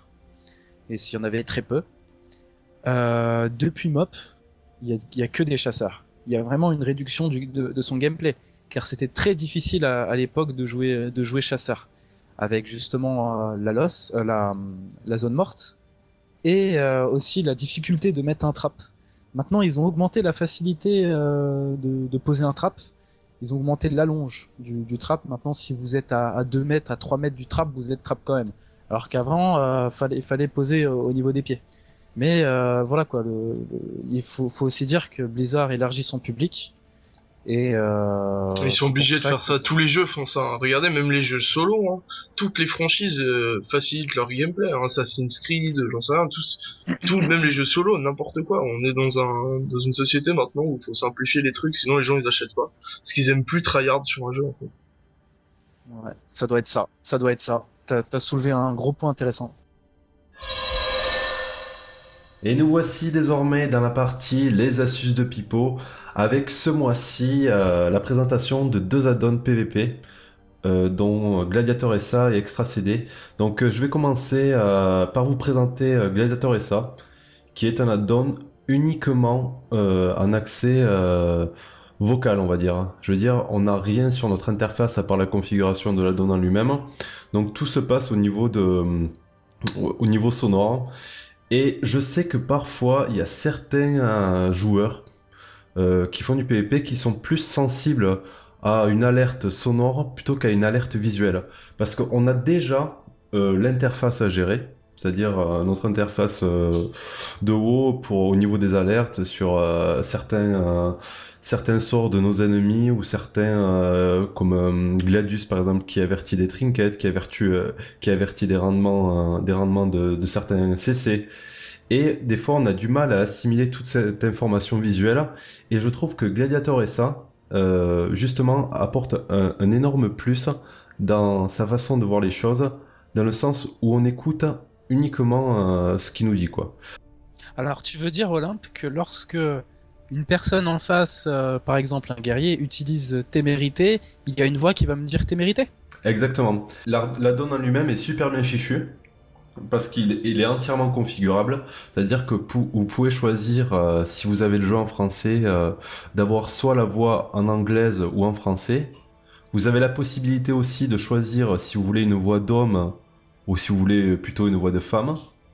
Et s'il y en avait très peu. Euh, depuis M O P, il y a, il y a que des chasseurs. Il y a vraiment une réduction du, de, de son gameplay, car c'était très difficile à, à l'époque de jouer, de jouer chasseur, avec justement euh, la loss, euh, la, la zone morte, et euh, aussi la difficulté de mettre un trap. Maintenant, ils ont augmenté la facilité euh, de, de poser un trap. Ils ont augmenté l'allonge du, du trap. Maintenant, si vous êtes à, à deux mètres, à trois mètres du trap, vous êtes trap quand même. Alors qu'avant, euh, fallait, fallait poser au, au niveau des pieds. Mais euh, voilà quoi. Le, le, il faut, faut aussi dire que Blizzard élargit son public. Et euh, Ils sont c'est obligés de pour faire que- ça. Tous les jeux font ça. hein. Regardez, même les jeux solo, hein. Toutes les franchises euh, facilitent leur gameplay. hein. Assassin's Creed, j'en sais rien. Tous, tout, même les jeux solo, n'importe quoi. On est dans un dans une société maintenant où il faut simplifier les trucs, sinon les gens ils achètent pas. Parce qu'ils aiment plus tryhard sur un jeu en fait. Ouais, ça doit être ça. Ça doit être ça. T'as, t'as soulevé un gros point intéressant. Et nous voici désormais dans la partie Les astuces de Pipo, avec ce mois-ci euh, la présentation de deux add-ons P V P, euh, dont Gladiator S A et Extra C D. Donc euh, je vais commencer euh, par vous présenter euh, Gladiator S A, qui est un add-on uniquement euh, en accès euh, vocal, on va dire. Je veux dire, on n'a rien sur notre interface à part la configuration de l'add-on en lui-même. Donc tout se passe au niveau de, au niveau sonore. Et je sais que parfois, il y a certains euh, joueurs euh, qui font du P V P qui sont plus sensibles à une alerte sonore plutôt qu'à une alerte visuelle. Parce qu'on a déjà euh, l'interface à gérer, c'est-à-dire euh, notre interface euh, de haut pour, au niveau des alertes sur euh, certains, euh, certains sorts de nos ennemis ou certains, euh, comme euh, Gladius par exemple, qui avertit des trinkets, qui avertit, euh, qui avertit des rendements, euh, des rendements de, de certains C C. Et des fois, on a du mal à assimiler toute cette information visuelle. Et je trouve que Gladiator S A, euh, justement, apporte un, un énorme plus dans sa façon de voir les choses, dans le sens où on écoute uniquement euh, ce qu'il nous dit, quoi. Alors, tu veux dire, Olympe, que lorsque une personne en face, euh, par exemple un guerrier, utilise témérité, il y a une voix qui va me dire témérité. Exactement. La, la donne en lui-même est super bien fichue parce qu'il il est entièrement configurable. C'est-à-dire que pou- vous pouvez choisir, euh, si vous avez le jeu en français, euh, d'avoir soit la voix en anglaise ou en français. Vous avez la possibilité aussi de choisir si vous voulez une voix d'homme ou si vous voulez plutôt une voix de femme.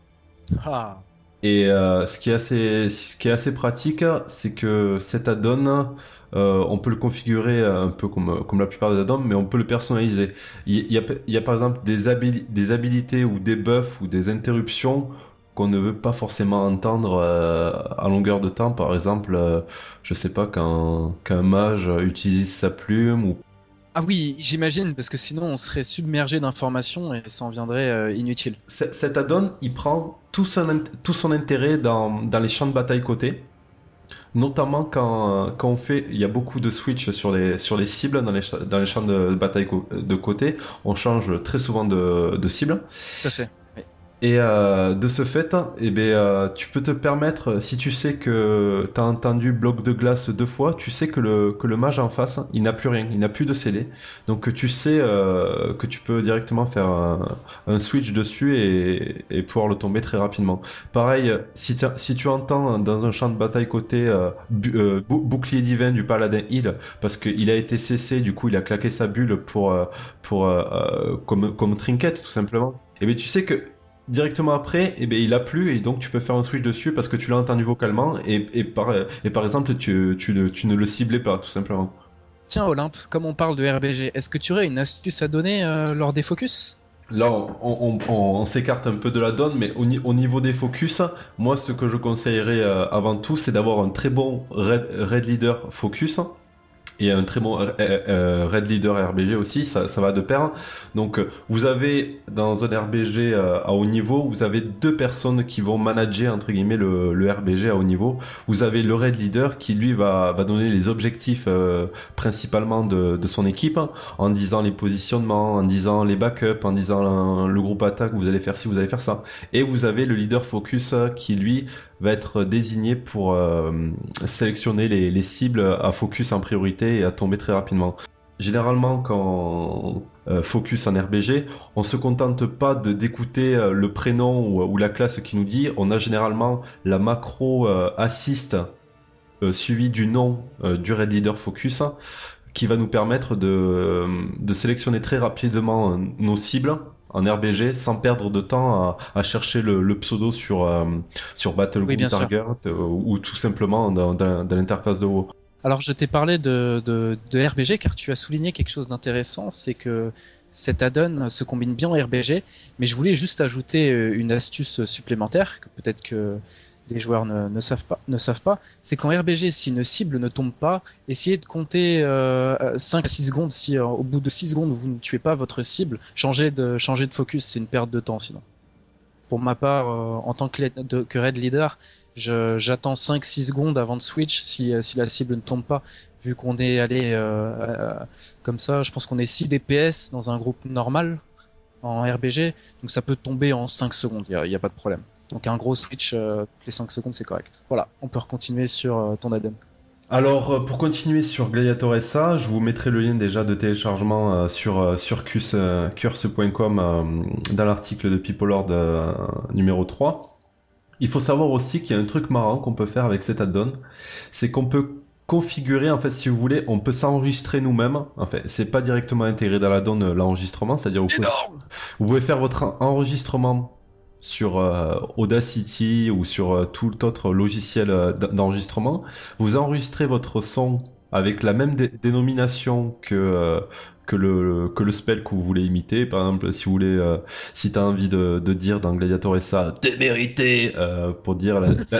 Ah. Et euh, ce qui est assez, ce qui est assez pratique, c'est que cet add-on, euh, on peut le configurer un peu comme, comme la plupart des add-ons, mais on peut le personnaliser. Il y a, il y a par exemple des, habili- des habilités ou des buffs ou des interruptions qu'on ne veut pas forcément entendre euh, à longueur de temps. Par exemple, euh, je sais pas, quand, qu'un mage utilise sa plume ou Ah oui, j'imagine, parce que sinon on serait submergé d'informations et ça en viendrait euh, inutile. C- cet add-on, il prend tout son, int- tout son intérêt dans, dans les champs de bataille côté. Notamment quand, quand on fait, il y a beaucoup de switch sur les, sur les cibles dans les, cha- dans les champs de bataille co- de côté. On change très souvent de, de cible. Tout à fait. Oui. Et euh, de ce fait, eh ben, euh, tu peux te permettre, si tu sais que tu as entendu bloc de glace deux fois, tu sais que le, que le mage en face, il n'a plus rien, il n'a plus de C D. Donc tu sais euh, que tu peux directement faire un, un switch dessus et, et pouvoir le tomber très rapidement. Pareil, si, t'as- si tu entends dans un champ de bataille côté euh, bu- euh, bou- bouclier divin du paladin heal, parce qu'il a été C C, du coup il a claqué sa bulle pour, euh, pour, euh, euh, comme, comme trinket tout simplement. Et bien tu sais que directement après, eh ben, il a plu et donc tu peux faire un switch dessus parce que tu l'as entendu vocalement et, et, par, et par exemple tu, tu, ne, tu ne le ciblais pas tout simplement. Tiens Olympe, comme on parle de R B G, est-ce que tu aurais une astuce à donner euh, lors des focus? Là on, on, on, on s'écarte un peu de la donne mais au, ni- au niveau des focus, moi ce que je conseillerais euh, avant tout c'est d'avoir un très bon raid, raid leader focus. Et un très bon euh, euh, Red Leader R B G aussi, ça, ça va de pair. Donc euh, vous avez dans un R B G euh, à haut niveau, vous avez deux personnes qui vont manager entre guillemets le, le R B G à haut niveau. Vous avez le Red Leader qui lui va, va donner les objectifs euh, principalement de, de son équipe, en disant les positionnements, en disant les backups, en disant le, le groupe attaque, vous allez faire ci, vous allez faire ça. Et vous avez le Leader Focus euh, qui lui va être désigné pour euh, sélectionner les, les cibles à focus en priorité et à tomber très rapidement. Généralement, quand euh, focus en R B G, on se contente pas de d'écouter euh, le prénom ou, ou la classe qui nous dit. On a généralement la macro euh, assist euh, suivie du nom euh, du Red Leader Focus qui va nous permettre de, euh, de sélectionner très rapidement euh, nos cibles en R B G sans perdre de temps à, à chercher le, le pseudo sur, euh, sur Battleground Oui, bien sûr. Target euh, ou tout simplement dans, dans, dans l'interface de haut. Alors je t'ai parlé de, de, de R B G car tu as souligné quelque chose d'intéressant, c'est que cet add-on se combine bien en R B G, mais je voulais juste ajouter euh, une astuce supplémentaire que peut-être que les joueurs ne, ne savent pas, ne savent pas, c'est qu'en R B G, si une cible ne tombe pas, essayez de compter euh, cinq à six secondes. Si euh, au bout de six secondes vous ne tuez pas votre cible, changez de, changez de focus, c'est une perte de temps sinon. Pour ma part, euh, en tant que, lead- de- que Red Leader, je- j'attends cinq six secondes avant de switch si, euh, si la cible ne tombe pas. Vu qu'on est allé euh, euh, comme ça, je pense qu'on est six D P S dans un groupe normal en R B G, donc ça peut tomber en cinq secondes, il n'y a, y a pas de problème. Donc un gros switch, euh, toutes les cinq secondes, c'est correct. Voilà, on peut continuer sur euh, ton add-on. Alors, euh, pour continuer sur Gladiator S A, je vous mettrai le lien déjà de téléchargement euh, sur, euh, sur curse, euh, curse point com euh, dans l'article de PeopleLord euh, numéro trois. Il faut savoir aussi qu'il y a un truc marrant qu'on peut faire avec cet add-on, c'est qu'on peut configurer, en fait, si vous voulez, on peut s'enregistrer nous-mêmes. En fait, c'est pas directement intégré dans l'add-on euh, l'enregistrement, c'est-à-dire vous pouvez, vous pouvez faire votre en- enregistrement sur euh, Audacity ou sur euh, tout autre logiciel euh, d- d'enregistrement. Vous enregistrez votre son avec la même dé- dénomination que euh, que le que le spell que vous voulez imiter. Par exemple, si vous voulez, euh, si t'as envie de, de dire dans Gladiator S A témérité euh, pour dire la, la-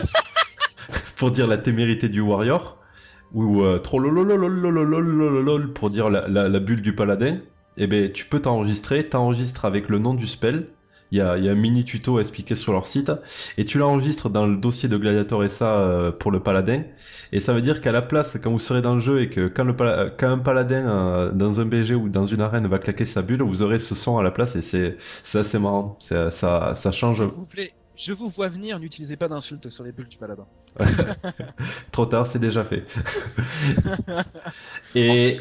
pour dire la témérité du warrior ou euh, trollololololololololol pour dire la, la, la bulle du paladin, eh ben tu peux t'enregistrer, t'enregistres avec le nom du spell. Il y a, il y a un mini tuto expliqué sur leur site et tu l'enregistres dans le dossier de Gladiator S A euh, pour le paladin et ça veut dire qu'à la place quand vous serez dans le jeu et que quand, le pala- quand un paladin euh, dans un B G ou dans une arène va claquer sa bulle, vous aurez ce son à la place et c'est c'est assez marrant, c'est, ça ça change. S'il vous plaît, Je vous vois venir, n'utilisez pas d'insultes sur les bulles du paladin. Trop tard, c'est déjà fait. Et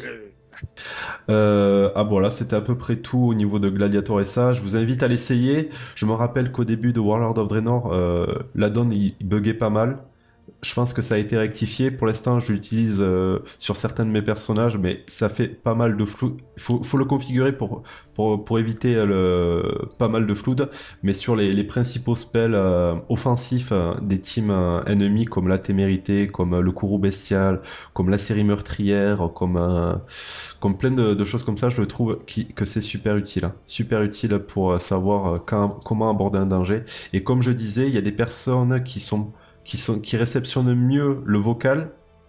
euh, ah bon là c'était à peu près tout au niveau de Gladiator S A. Je vous invite à l'essayer. Je me rappelle qu'au début de Warlord of Draenor, euh, l'addon il, il buguait pas mal. Je pense que ça a été rectifié. Pour l'instant, je l'utilise euh, sur certains de mes personnages, mais ça fait pas mal de flou. Il faut, faut le configurer pour, pour, pour éviter le, pas mal de flood. Mais sur les, les principaux spells euh, offensifs euh, des teams euh, ennemis, comme la Témérité, comme euh, le Courroux Bestial, comme la série meurtrière, comme, euh, comme plein de, de choses comme ça, je trouve qui, que c'est super utile. Hein. Super utile pour euh, savoir euh, quand, comment aborder un danger. Et comme je disais, il y a des personnes qui sont qui sont qui réceptionnent mieux le vocal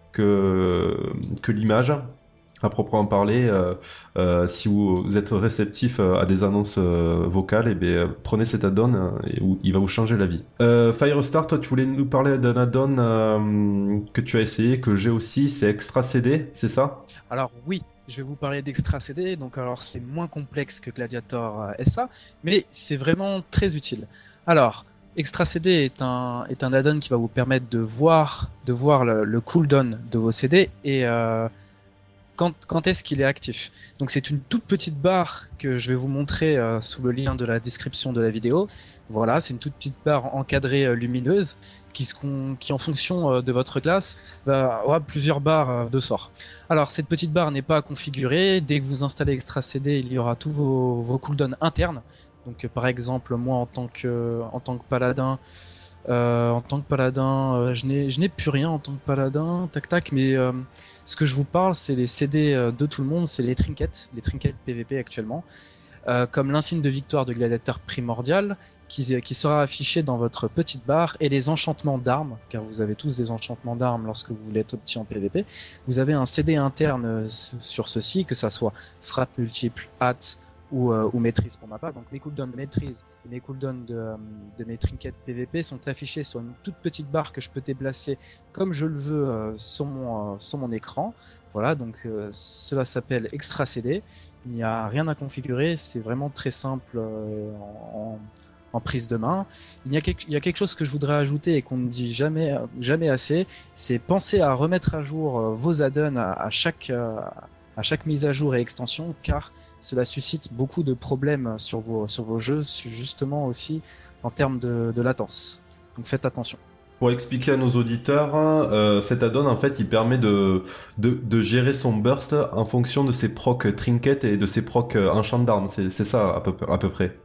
que que l'image à proprement parler. Euh, euh, si vous êtes réceptif à des annonces euh, vocales, et bien prenez cet add-on euh, et où il va vous changer la vie. Euh, Firestar, toi tu voulais nous parler d'un add-on euh, que tu as essayé, que j'ai aussi, c'est Extra C D, c'est ça? Alors oui, je vais vous parler d'Extra C D, donc alors c'est moins complexe que Gladiator euh, S A, mais c'est vraiment très utile. Alors, Extra C D est un est un add-on qui va vous permettre de voir de voir le, le cooldown de vos C D et euh, quand quand est-ce qu'il est actif. Donc c'est une toute petite barre que je vais vous montrer euh, sous le lien de la description de la vidéo. Voilà, c'est une toute petite barre encadrée euh, lumineuse qui se qui en fonction euh, de votre classe va avoir plusieurs barres euh, de sort. Alors cette petite barre n'est pas configurée. Dès que vous installez Extra C D, il y aura tous vos vos cooldowns internes. Donc euh, par exemple moi en tant que en tant que paladin euh, en tant que paladin euh, je n'ai je n'ai plus rien en tant que paladin tac tac mais euh, ce que je vous parle c'est les C D euh, de tout le monde, c'est les trinkets, les trinkets P V P actuellement, euh, comme l'insigne de victoire de gladiateur primordial qui, qui sera affiché dans votre petite barre, et les enchantements d'armes, car vous avez tous des enchantements d'armes lorsque vous voulez être petit en P V P. Vous avez un C D interne euh, sur ceci, que ça soit frappe multiple, hâte ou, euh, ou maîtrise pour ma part. Donc mes cooldowns de maîtrise et mes cooldowns de, euh, de mes trinkets P V P sont affichés sur une toute petite barre que je peux déplacer comme je le veux euh, sur, mon, euh, sur mon écran. Voilà, donc euh, cela s'appelle Extra C D. Il n'y a rien à configurer, c'est vraiment très simple euh, en, en prise de main. Il y, a quelque, il y a quelque chose que je voudrais ajouter et qu'on ne dit jamais, jamais assez, c'est penser à remettre à jour euh, vos add-ons à, à, chaque, euh, à chaque mise à jour et extension, car cela suscite beaucoup de problèmes sur vos, sur vos jeux, justement aussi en termes de, de latence. Donc faites attention. Pour expliquer à nos auditeurs, euh, cet add-on en fait il permet de, de, de gérer son burst en fonction de ses procs trinket et de ses procs enchant d'armes, c'est, c'est ça à peu, à peu près.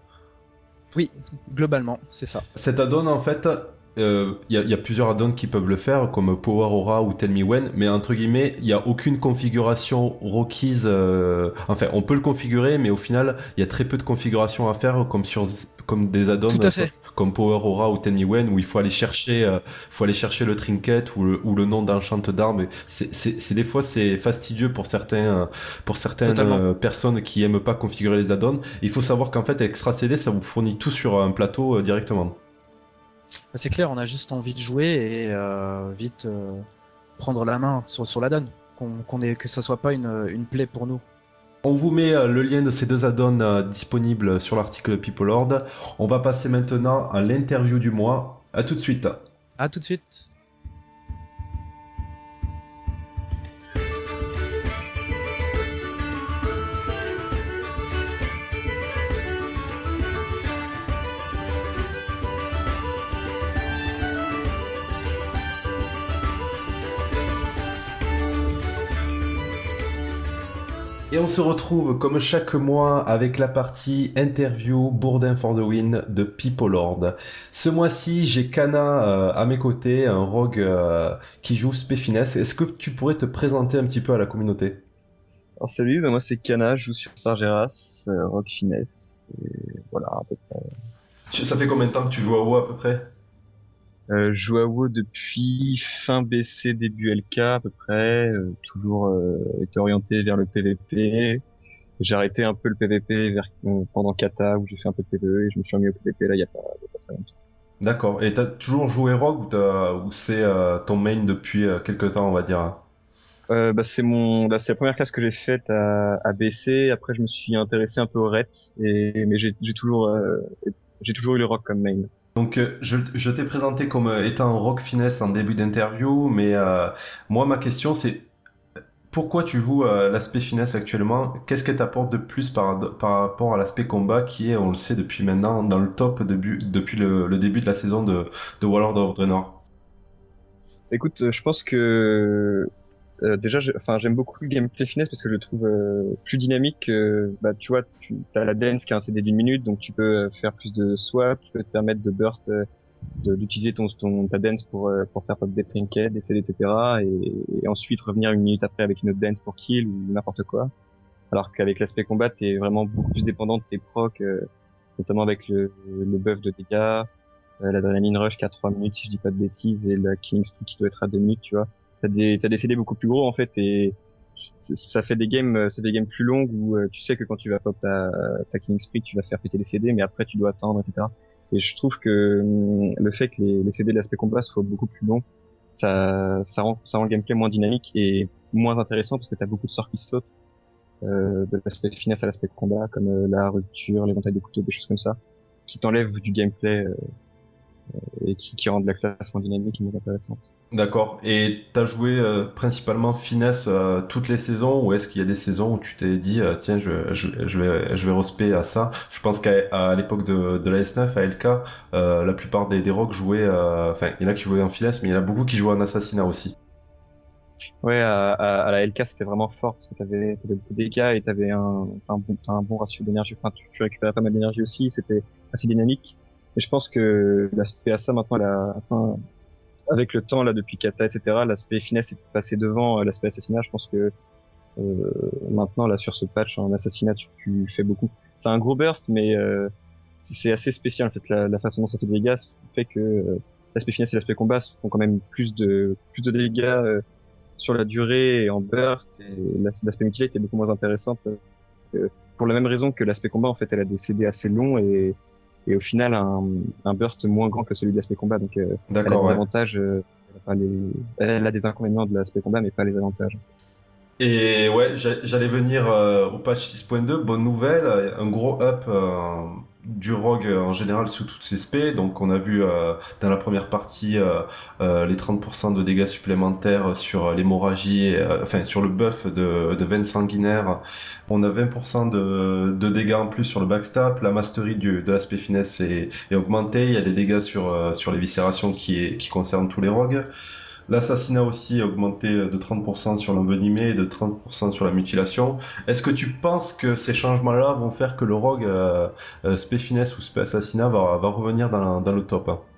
Oui, globalement, c'est ça. Cet add-on en fait, il euh, y, y a plusieurs add-ons qui peuvent le faire, comme Power Aura ou Tell Me When, mais entre guillemets, il n'y a aucune configuration requise. Euh... Enfin, on peut le configurer, mais au final, il y a très peu de configuration à faire, comme sur comme des add-ons Tout à fait. comme Power Aura ou Tell Me When, où il faut aller chercher, euh, faut aller chercher le trinket ou le, ou le nom d'enchant d'arme. C'est, c'est, c'est des fois c'est fastidieux pour certains, euh, pour certaines euh, personnes qui aiment pas configurer les add-ons. Il faut savoir qu'en fait, Extra C D, ça vous fournit tout sur un plateau euh, directement. C'est clair, on a juste envie de jouer et euh, vite euh, prendre la main sur, sur l'add-on, qu'on, qu'on ait, que ça soit pas une, une plaie pour nous. On vous met euh, le lien de ces deux add-ons euh, disponibles sur l'article de PeopleLord. On va passer maintenant à l'interview du mois. À tout de suite. À tout de suite. Et on se retrouve comme chaque mois avec la partie interview Bourdin for the Win de PeopleLord. Ce mois-ci, j'ai Kana euh, à mes côtés, un rogue euh, qui joue Spéfinesse. Est-ce que tu pourrais te présenter un petit peu à la communauté? Alors salut, bah moi c'est Kana, je joue sur Sargeras, euh, rogue finesse, et voilà à peu près. Ça fait combien de temps que tu joues à WoW à peu près? Euh, je joue à WoW depuis fin B C, début L K à peu près, euh, toujours euh, été orienté vers le P V P. J'ai arrêté un peu le P V P vers, euh, pendant Kata où j'ai fait un peu de P V E et je me suis remis au P V P là il y a pas, il y a pas très longtemps. D'accord. Et t'as toujours joué Rogue ou, t'as, ou c'est euh, ton main depuis euh, quelques temps on va dire? Euh, bah c'est mon, bah c'est la première classe que j'ai faite à, à B C. Après je me suis intéressé un peu au Ret et mais j'ai, j'ai toujours, euh, j'ai toujours eu le Rogue comme main. Donc, euh, je, je t'ai présenté comme euh, étant un rock finesse en début d'interview, mais euh, moi, ma question, c'est pourquoi tu joues euh, l'aspect finesse actuellement? Qu'est-ce que t'apporte de plus par, par rapport à l'aspect combat qui est, on le sait depuis maintenant, dans le top début, depuis le, le début de la saison de, de Warlord of Draenor? Écoute, euh, je pense que euh, déjà, je- enfin, j'aime beaucoup le gameplay finesse parce que je le trouve euh, plus dynamique. Euh, bah, tu vois, tu as la dance qui a un C D d'une minute, donc tu peux euh, faire plus de swap, tu peux te permettre de burst, euh, de- d'utiliser ton, ton ta dance pour euh, pour faire des trinkets, des C D, et cetera. Et, et ensuite revenir une minute après avec une autre dance pour kill ou n'importe quoi. Alors qu'avec l'aspect combat, t'es vraiment beaucoup plus dépendant de tes procs, euh, notamment avec le, le buff de dégâts, euh, l'adrénaline rush qui a trois minutes si je dis pas de bêtises, et la killing spree qui doit être à deux minutes, tu vois. T'as des, t'as des C D beaucoup plus gros en fait, et c- ça fait des games, euh, c'est des games plus longues où euh, tu sais que quand tu vas pop ta, ta killing spree, tu vas faire péter les C D, mais après tu dois attendre, et cetera. Et je trouve que hum, le fait que les, les C D de l'aspect combat soient beaucoup plus longs, ça, ça rend, ça rend le gameplay moins dynamique et moins intéressant parce que t'as beaucoup de sorts qui sautent euh, de l'aspect finesse à l'aspect combat, comme euh, la rupture, l'éventail des couteaux, des choses comme ça, qui t'enlèvent du gameplay euh, et qui, qui rendent la classe moins dynamique et moins intéressante. D'accord. Et t'as joué euh, principalement finesse euh, toutes les saisons ou est-ce qu'il y a des saisons où tu t'es dit euh, tiens je, je, je vais je vais respect à ça. Je pense qu'à à l'époque de, de la S neuf à L K euh, la plupart des, des rocks jouaient euh, enfin il y en a qui jouaient en finesse mais il y en a beaucoup qui jouaient en assassinat aussi. Ouais, à, à, à la L K c'était vraiment fort parce que t'avais t'avais beaucoup de dégâts et t'avais un, un bon t'as un bon ratio d'énergie. Enfin, tu, tu récupérais pas mal d'énergie aussi, c'était assez dynamique. Et je pense que l'aspect à ça maintenant, la, enfin, avec le temps là depuis Kata, et cetera, l'aspect finesse est passé devant euh, l'aspect assassinat. Je pense que Euh, maintenant, là, sur ce patch en assassinat, tu, tu fais beaucoup. C'est un gros burst, mais euh, c'est c'est assez spécial. En fait, la, la façon dont ça fait des dégâts fait que euh, l'aspect finesse et l'aspect combat font quand même plus de plus de dégâts euh, sur la durée et en burst. Et l'as- l'aspect mutilate est beaucoup moins intéressant euh, que- pour la même raison que l'aspect combat. En fait, elle a des C D assez longs et et au final un, un burst moins grand que celui de l'aspect combat. Donc, euh, elle a D'accord, des ouais. avantages, euh, elle a pas les, elle a des inconvénients de l'aspect combat, mais pas les avantages. Et ouais, j'a- j'allais venir euh, au patch six point deux, bonne nouvelle, euh, un gros up euh, du rogue euh, en général sous toutes ses spé. Donc on a vu euh, dans la première partie euh, euh, les trente pour cent de dégâts supplémentaires sur l'hémorragie, euh, enfin sur le buff de, de veine sanguinaire. On a vingt pour cent de, de dégâts en plus sur le backstab. La mastery du, de l'aspect finesse est, est augmentée. Il y a des dégâts sur, euh, sur les viscérations qui, est, qui concernent tous les rogues. L'assassinat aussi a augmenté de trente pour cent sur l'envenimé et de trente pour cent sur la mutilation. Est-ce que tu penses que ces changements-là vont faire que le rogue euh, euh, spé finesse ou spé assassinat va, va revenir dans, dans le top, hein?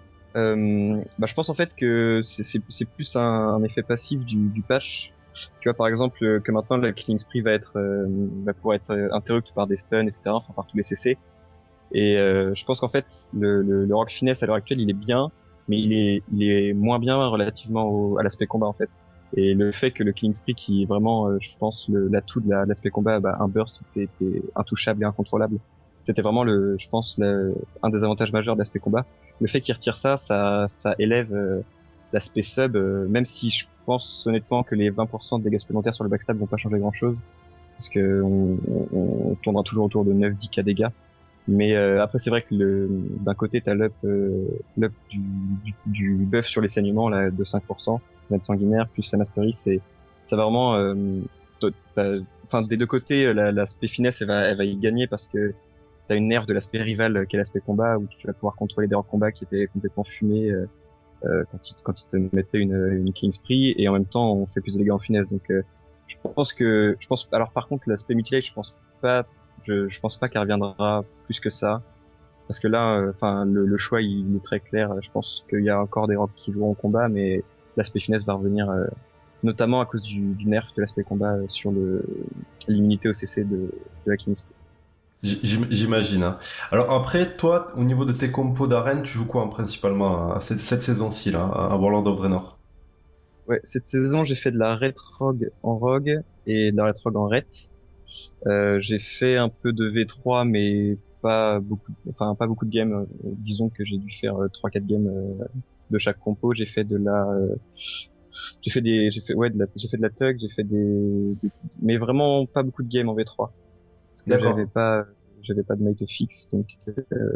Euh, bah, je pense en fait que c'est c'est c'est plus un, un effet passif du, du patch. Tu vois par exemple euh, que maintenant la killing spree va être euh, va pouvoir être euh, interrupte par des stuns, et cetera. Enfin par tous les C C. Et euh, je pense qu'en fait le, le, le rogue finesse à l'heure actuelle il est bien, mais il est il est moins bien relativement au, à l'aspect combat en fait. Et le fait que le killing spree qui est vraiment euh, je pense le l'atout de la- de l'aspect combat, bah, un burst où t'es t'es intouchable et incontrôlable. C'était vraiment le je pense le, un des avantages majeurs de l'aspect combat. Le fait qu'il retire ça, ça, ça élève euh, l'aspect sub, euh, même si je pense honnêtement que les vingt pour cent de dégâts supplémentaires sur le backstab vont pas changer grand chose, parce que on, on, on tournera toujours autour de neuf dix k dégâts. Mais euh, après c'est vrai que le, d'un côté t'as l'up, euh, l'up du, du, du buff sur les saignements là de cinq pour cent, veine sanguinaire plus la mastery, c'est ça va vraiment, euh, t'as- enfin des deux côtés euh, la- l'aspect finesse elle va, elle va y gagner parce que t'as une nerf de l'aspect rival euh, qui est l'aspect combat où tu vas pouvoir contrôler des rocs combat qui étaient complètement fumés euh, euh, quand ils quand ils te mettaient une une killing spree et en même temps on fait plus de dégâts en finesse donc euh, je pense que je pense alors par contre l'aspect mutilate je pense pas je je pense pas qu'elle reviendra plus que ça parce que là enfin le, le choix il est très clair je pense qu'il y a encore des rocs qui joueront en combat mais l'aspect finesse va revenir euh, notamment à cause du, du nerf de l'aspect combat euh, sur le l'immunité au C C de, de la killing spree. J'im- J'imagine, hein. Alors après, toi, au niveau de tes compos d'arène, tu joues quoi hein, principalement à cette, cette saison-ci, là, à Warlord of Draenor? Ouais, cette saison, j'ai fait de la ret rogue en rogue et de la ret rogue en ret. Euh, j'ai fait un peu de V trois, mais pas beaucoup, enfin pas beaucoup de games. Euh, disons que j'ai dû faire euh, trois quatre games euh, de chaque compo. J'ai fait de la, euh, j'ai fait des, j'ai fait ouais, de la, j'ai fait de la tug, j'ai fait des, des- mais vraiment pas beaucoup de games en V trois parce que j'avais D'accord. pas, j'avais pas de mate fixe, donc euh,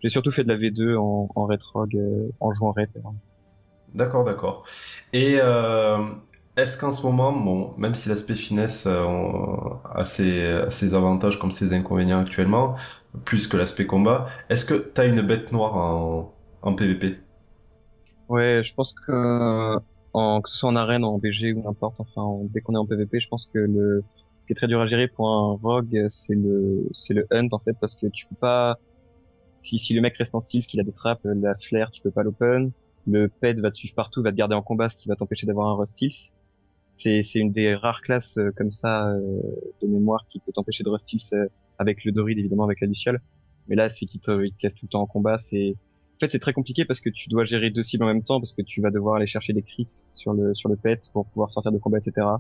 j'ai surtout fait de la V deux en, en Ret Rogue, euh, en jouant Ret. D'accord, d'accord. Et euh, est-ce qu'en ce moment, bon, même si l'aspect finesse euh, a ses, a ses avantages comme ses inconvénients actuellement, plus que l'aspect combat, est-ce que t'as une bête noire en, en P V P? Ouais, je pense que euh, en, que ce soit en arène, en B G ou n'importe, enfin, en- dès qu'on est en P V P, je pense que le ce qui est très dur à gérer pour un rogue, c'est le c'est le hunt en fait, parce que tu peux pas si si le mec reste en stealth, qu'il a des trappes, euh, la flare, tu peux pas l'open. Le pet va te suivre partout, va te garder en combat, ce qui va t'empêcher d'avoir un rush stealth. C'est c'est une des rares classes euh, comme ça euh, de mémoire qui peut t'empêcher de rush stealth euh, avec le Doride évidemment avec la Luciole. Mais là, c'est qu'il te, il te laisse tout le temps en combat. C'est en fait c'est très compliqué parce que tu dois gérer deux cibles en même temps parce que tu vas devoir aller chercher des crits sur le sur le pet pour pouvoir sortir de combat, et cetera.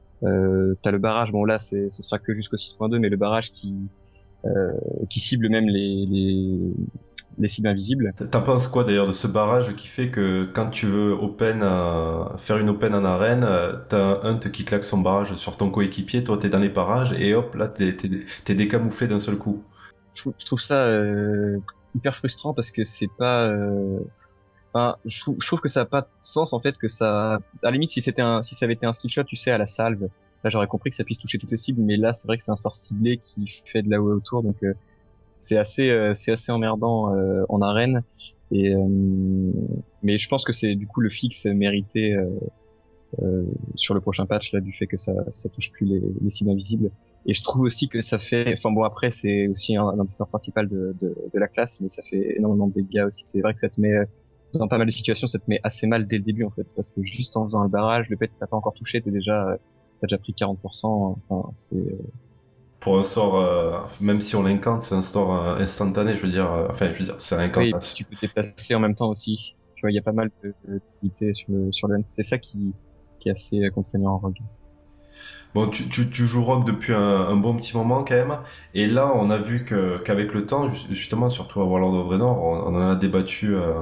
Euh, t'as le barrage, bon là c'est ce sera que jusqu'au six point deux, mais le barrage qui euh, qui cible même les les les cibles invisibles. T'en penses quoi d'ailleurs de ce barrage qui fait que quand tu veux open, euh, faire une open en arène, euh, t'as un hunt qui claque son barrage sur ton coéquipier, toi t'es dans les parages et hop là t'es, t'es, t'es décamouflé d'un seul coup. Je, trouve je trouve ça euh, hyper frustrant parce que c'est pas euh, enfin je trouve, je trouve que ça a pas de sens en fait que ça à la limite si c'était un si ça avait été un skill shot, tu sais, à la salve, là j'aurais compris que ça puisse toucher toutes les cibles, mais là c'est vrai que c'est un sort ciblé qui fait de la O A autour, donc euh, c'est assez euh, c'est assez emmerdant euh, en arène. Et euh, mais je pense que c'est du coup le fixe mérité euh, euh, sur le prochain patch là, du fait que ça ça touche plus les, les cibles invisibles. Et je trouve aussi que ça fait, enfin bon, après c'est aussi un, un des sorts principal de, de de la classe, mais ça fait énormément de dégâts aussi. C'est vrai que ça te met euh, dans pas mal de situations, ça te met assez mal dès le début en fait, parce que juste en faisant un barrage, le pet t'as pas encore touché, t'es déjà euh, t'as déjà pris quarante pour cent. Enfin c'est euh, Pour un sort, euh, même si on l'incante, c'est un sort euh, instantané, je veux dire, euh, enfin je veux dire, c'est un oui, incantation. tu peux te déplacer en même temps aussi. Tu vois, il y a pas mal de d'utilité sur le sur le. C'est ça qui qui est assez euh, contraignant en rogue. Bon, tu, tu, tu joues Rogue depuis un, un bon petit moment quand même, et là on a vu que qu'avec le temps, ju- justement, surtout à Warlord of Draenor, on, on en a débattu euh,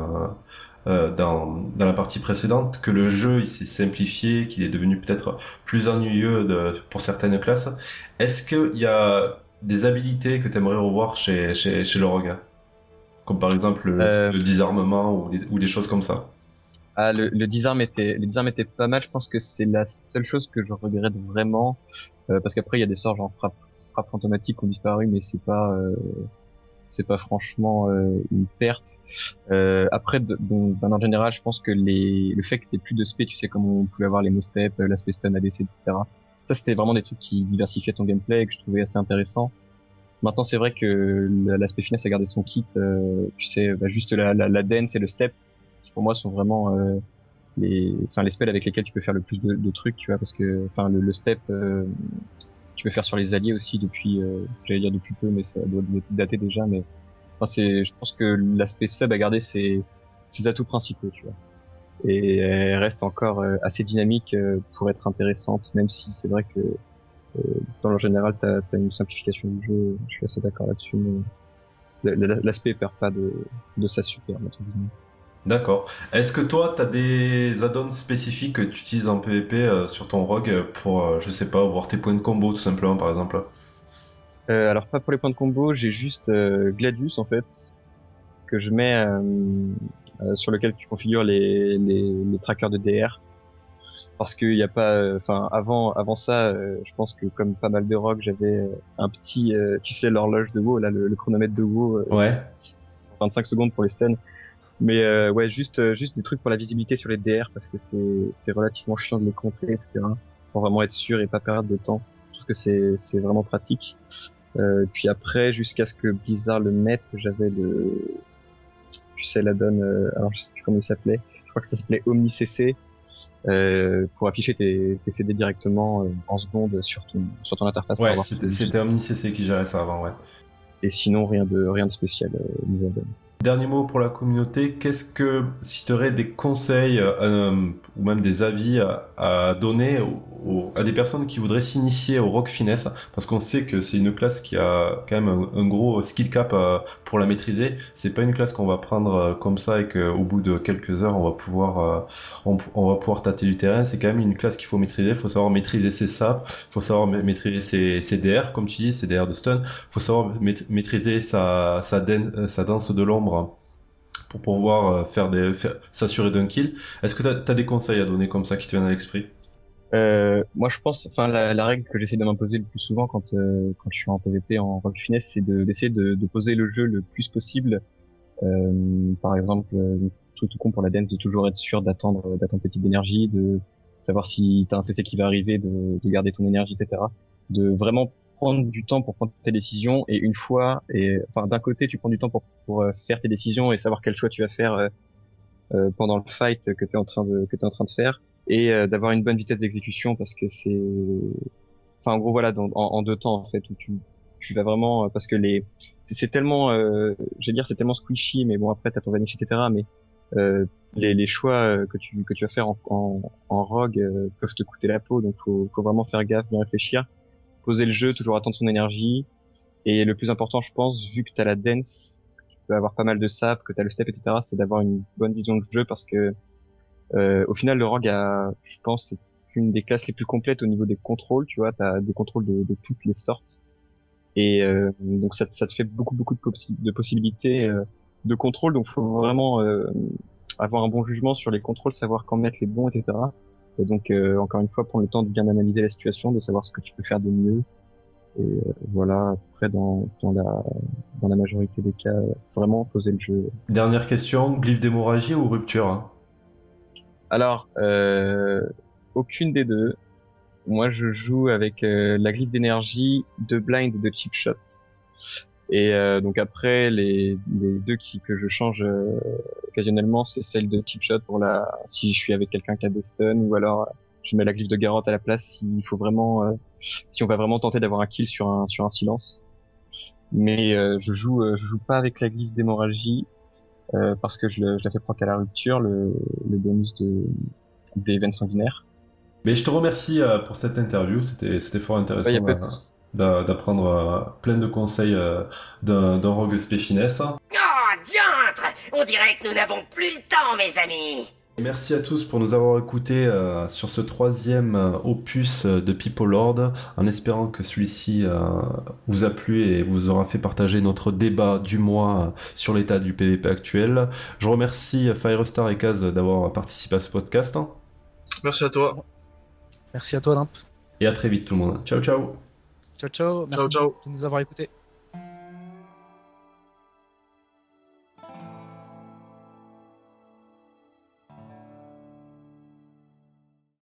euh, dans, dans la partie précédente, que le jeu il s'est simplifié, qu'il est devenu peut-être plus ennuyeux de, pour certaines classes. Est-ce qu'il y a des habilités que tu aimerais revoir chez, chez, chez le Rogue? Comme par exemple le, Euh, le désarmement ou des, ou des choses comme ça. ah, le, le disarm était, le disarm était pas mal. Je pense que c'est la seule chose que je regrette vraiment, euh, parce qu'après il y a des sorts genre frappe, frappe fantomatique qui ont disparu, mais c'est pas, euh, c'est pas franchement euh, une perte. Euh, après, de, bon, ben, en général, je pense que les, le fait que t'aies plus de spé, tu sais, comme on pouvait avoir les no-step, euh, l'aspect stun, A D C, et cetera. Ça, c'était vraiment des trucs qui diversifiaient ton gameplay et que je trouvais assez intéressant. Maintenant, c'est vrai que la- l'aspect finesse a gardé son kit. Euh, tu sais, bah, juste la, la, la dance et le step, qui pour moi sont vraiment euh, les, enfin les spells avec lesquels tu peux faire le plus de, de trucs, tu vois, parce que, enfin, le, le step, euh, tu peux faire sur les alliés aussi depuis, euh, j'allais dire depuis peu, mais ça doit dater déjà. Mais enfin, c'est, je pense que l'aspect sub a gardé ses, ses atouts principaux, tu vois, et elle reste encore euh, assez dynamique euh, pour être intéressante, même si c'est vrai que euh, dans le général, t'as as une simplification du jeu. Je suis assez d'accord là-dessus, mais l- l- l'aspect perd pas de, de sa superbe, entre guillemets. D'accord. Est-ce que toi, t'as des add-ons spécifiques que tu utilises en P V P euh, sur ton Rogue pour, euh, je sais pas, voir tes points de combo tout simplement par exemple? Euh, alors pas pour les points de combo, j'ai juste euh, Gladius en fait que je mets euh, euh, sur lequel tu configures les les, les trackers de D R, parce qu'il y a pas, enfin avant avant ça, euh, je pense que comme pas mal de rock, j'avais euh, un petit, euh, tu sais, l'horloge de WoW, là le, le chronomètre de WoW, euh, Ouais. vingt-cinq secondes pour les stuns. Mais euh, ouais, juste euh, juste des trucs pour la visibilité sur les D R, parce que c'est c'est relativement chiant de les compter, et cetera. Pour vraiment être sûr et pas perdre de temps. Je trouve que c'est c'est vraiment pratique. Euh, puis après, jusqu'à ce que Blizzard le mette, j'avais le, tu sais, la donne, euh, alors je sais plus comment il s'appelait. Je crois que ça s'appelait OmniCC, euh, pour afficher tes, tes C D directement euh, en secondes sur ton sur ton interface. pour Ouais, avoir c'était tout. c'était OmniCC qui gérait ça avant, ouais. Et sinon rien de rien de spécial euh, niveau donne. Dernier mot pour la communauté, qu'est-ce que, si tu aurais des conseils euh, ou même des avis à, à donner au- au- à des personnes qui voudraient s'initier au Rogue Finesse, parce qu'on sait que c'est une classe qui a quand même un, un gros skill cap euh, pour la maîtriser. C'est pas une classe qu'on va prendre euh, comme ça et qu'au bout de quelques heures on va pouvoir euh, on, on va pouvoir tâter du terrain. C'est quand même une classe qu'il faut maîtriser. Il faut savoir maîtriser ses saps, il faut savoir ma- maîtriser ses, ses D R, comme tu dis, ses D R de stun. Il faut savoir maît- maîtriser sa sa, dan- sa danse de l'ombre attendre pour pouvoir faire des, faire, s'assurer d'un kill. Est-ce que tu as des conseils à donner comme ça qui te viennent à l'esprit? Euh, moi, je pense, enfin, la, la règle que j'essaie de m'imposer le plus souvent quand euh, quand je suis en P V P en Rogue Finesse, c'est de, d'essayer de, de poser le jeu le plus possible. Euh, par exemple, euh, tout, tout con pour la dance, de toujours être sûr d'attendre, d'attendre tes types d'énergie, de savoir si t'as un C C qui va arriver, de, de garder ton énergie, et cetera. De vraiment prendre du temps pour prendre tes décisions, et une fois, et enfin, d'un côté, tu prends du temps pour pour euh, faire tes décisions et savoir quel choix tu vas faire euh, euh, pendant le fight que t'es en train de que t'es en train de faire. Et euh, d'avoir une bonne vitesse d'exécution parce que c'est, enfin en gros voilà, dans, en, en deux temps en fait où tu tu vas vraiment, parce que les c'est, c'est tellement, euh, je vais dire c'est tellement squishy, mais bon après t'as ton vanish et cetera. Mais euh, les, les choix que tu que tu vas faire en en, en rogue euh, peuvent te coûter la peau, donc faut faut vraiment faire gaffe, bien réfléchir, poser le jeu, toujours attendre son énergie. Et le plus important je pense, vu que t'as la dance, que tu peux avoir pas mal de sap, que t'as le step et cetera, c'est d'avoir une bonne vision de jeu parce que Euh, au final, le rogue a, je pense, c'est une des classes les plus complètes au niveau des contrôles. Tu vois, t'as des contrôles de, de toutes les sortes, et euh, donc ça, ça te fait beaucoup beaucoup de, possi- de possibilités euh, de contrôle. Donc, faut vraiment euh, avoir un bon jugement sur les contrôles, savoir quand mettre les bons, et cetera. Et donc, euh, encore une fois, prendre le temps de bien analyser la situation, de savoir ce que tu peux faire de mieux. Et euh, voilà. Après, dans, dans la dans la majorité des cas, vraiment poser le jeu. Dernière question, glyphe d'hémorragie ou rupture? Alors, euh, aucune des deux. Moi, je joue avec euh, la glyphe d'énergie, de blind et de chip shot. Et euh, donc après, les, les deux qui que je change euh, occasionnellement, c'est celle de chip shot pour la si je suis avec quelqu'un qui a des stuns, ou alors je mets la glyphe de Garrot à la place s'il faut vraiment, euh, si on va vraiment tenter d'avoir un kill sur un sur un silence. Mais euh, je joue euh, je joue pas avec la glyphe d'hémorragie. Euh, parce que je, le, je la fais proc à la rupture, le, le bonus de, des veines sanguinaires. Mais je te remercie euh, pour cette interview, c'était, c'était fort intéressant Ouais, y a pas de euh, souci. d'a- d'apprendre euh, plein de conseils euh, d'un, d'un rogue spé finesse. Oh, diantre! On dirait que nous n'avons plus le temps, mes amis! Et merci à tous pour nous avoir écoutés euh, sur ce troisième euh, opus euh, de People Lord, en espérant que celui-ci euh, vous a plu et vous aura fait partager notre débat du mois euh, sur l'état du P V P actuel. Je remercie euh, Firestar et Kaz d'avoir participé à ce podcast. Merci à toi. Merci à toi, Limp. Et à très vite tout le monde. Ciao ciao. Ciao, ciao. Merci ciao. de nous avoir écoutés.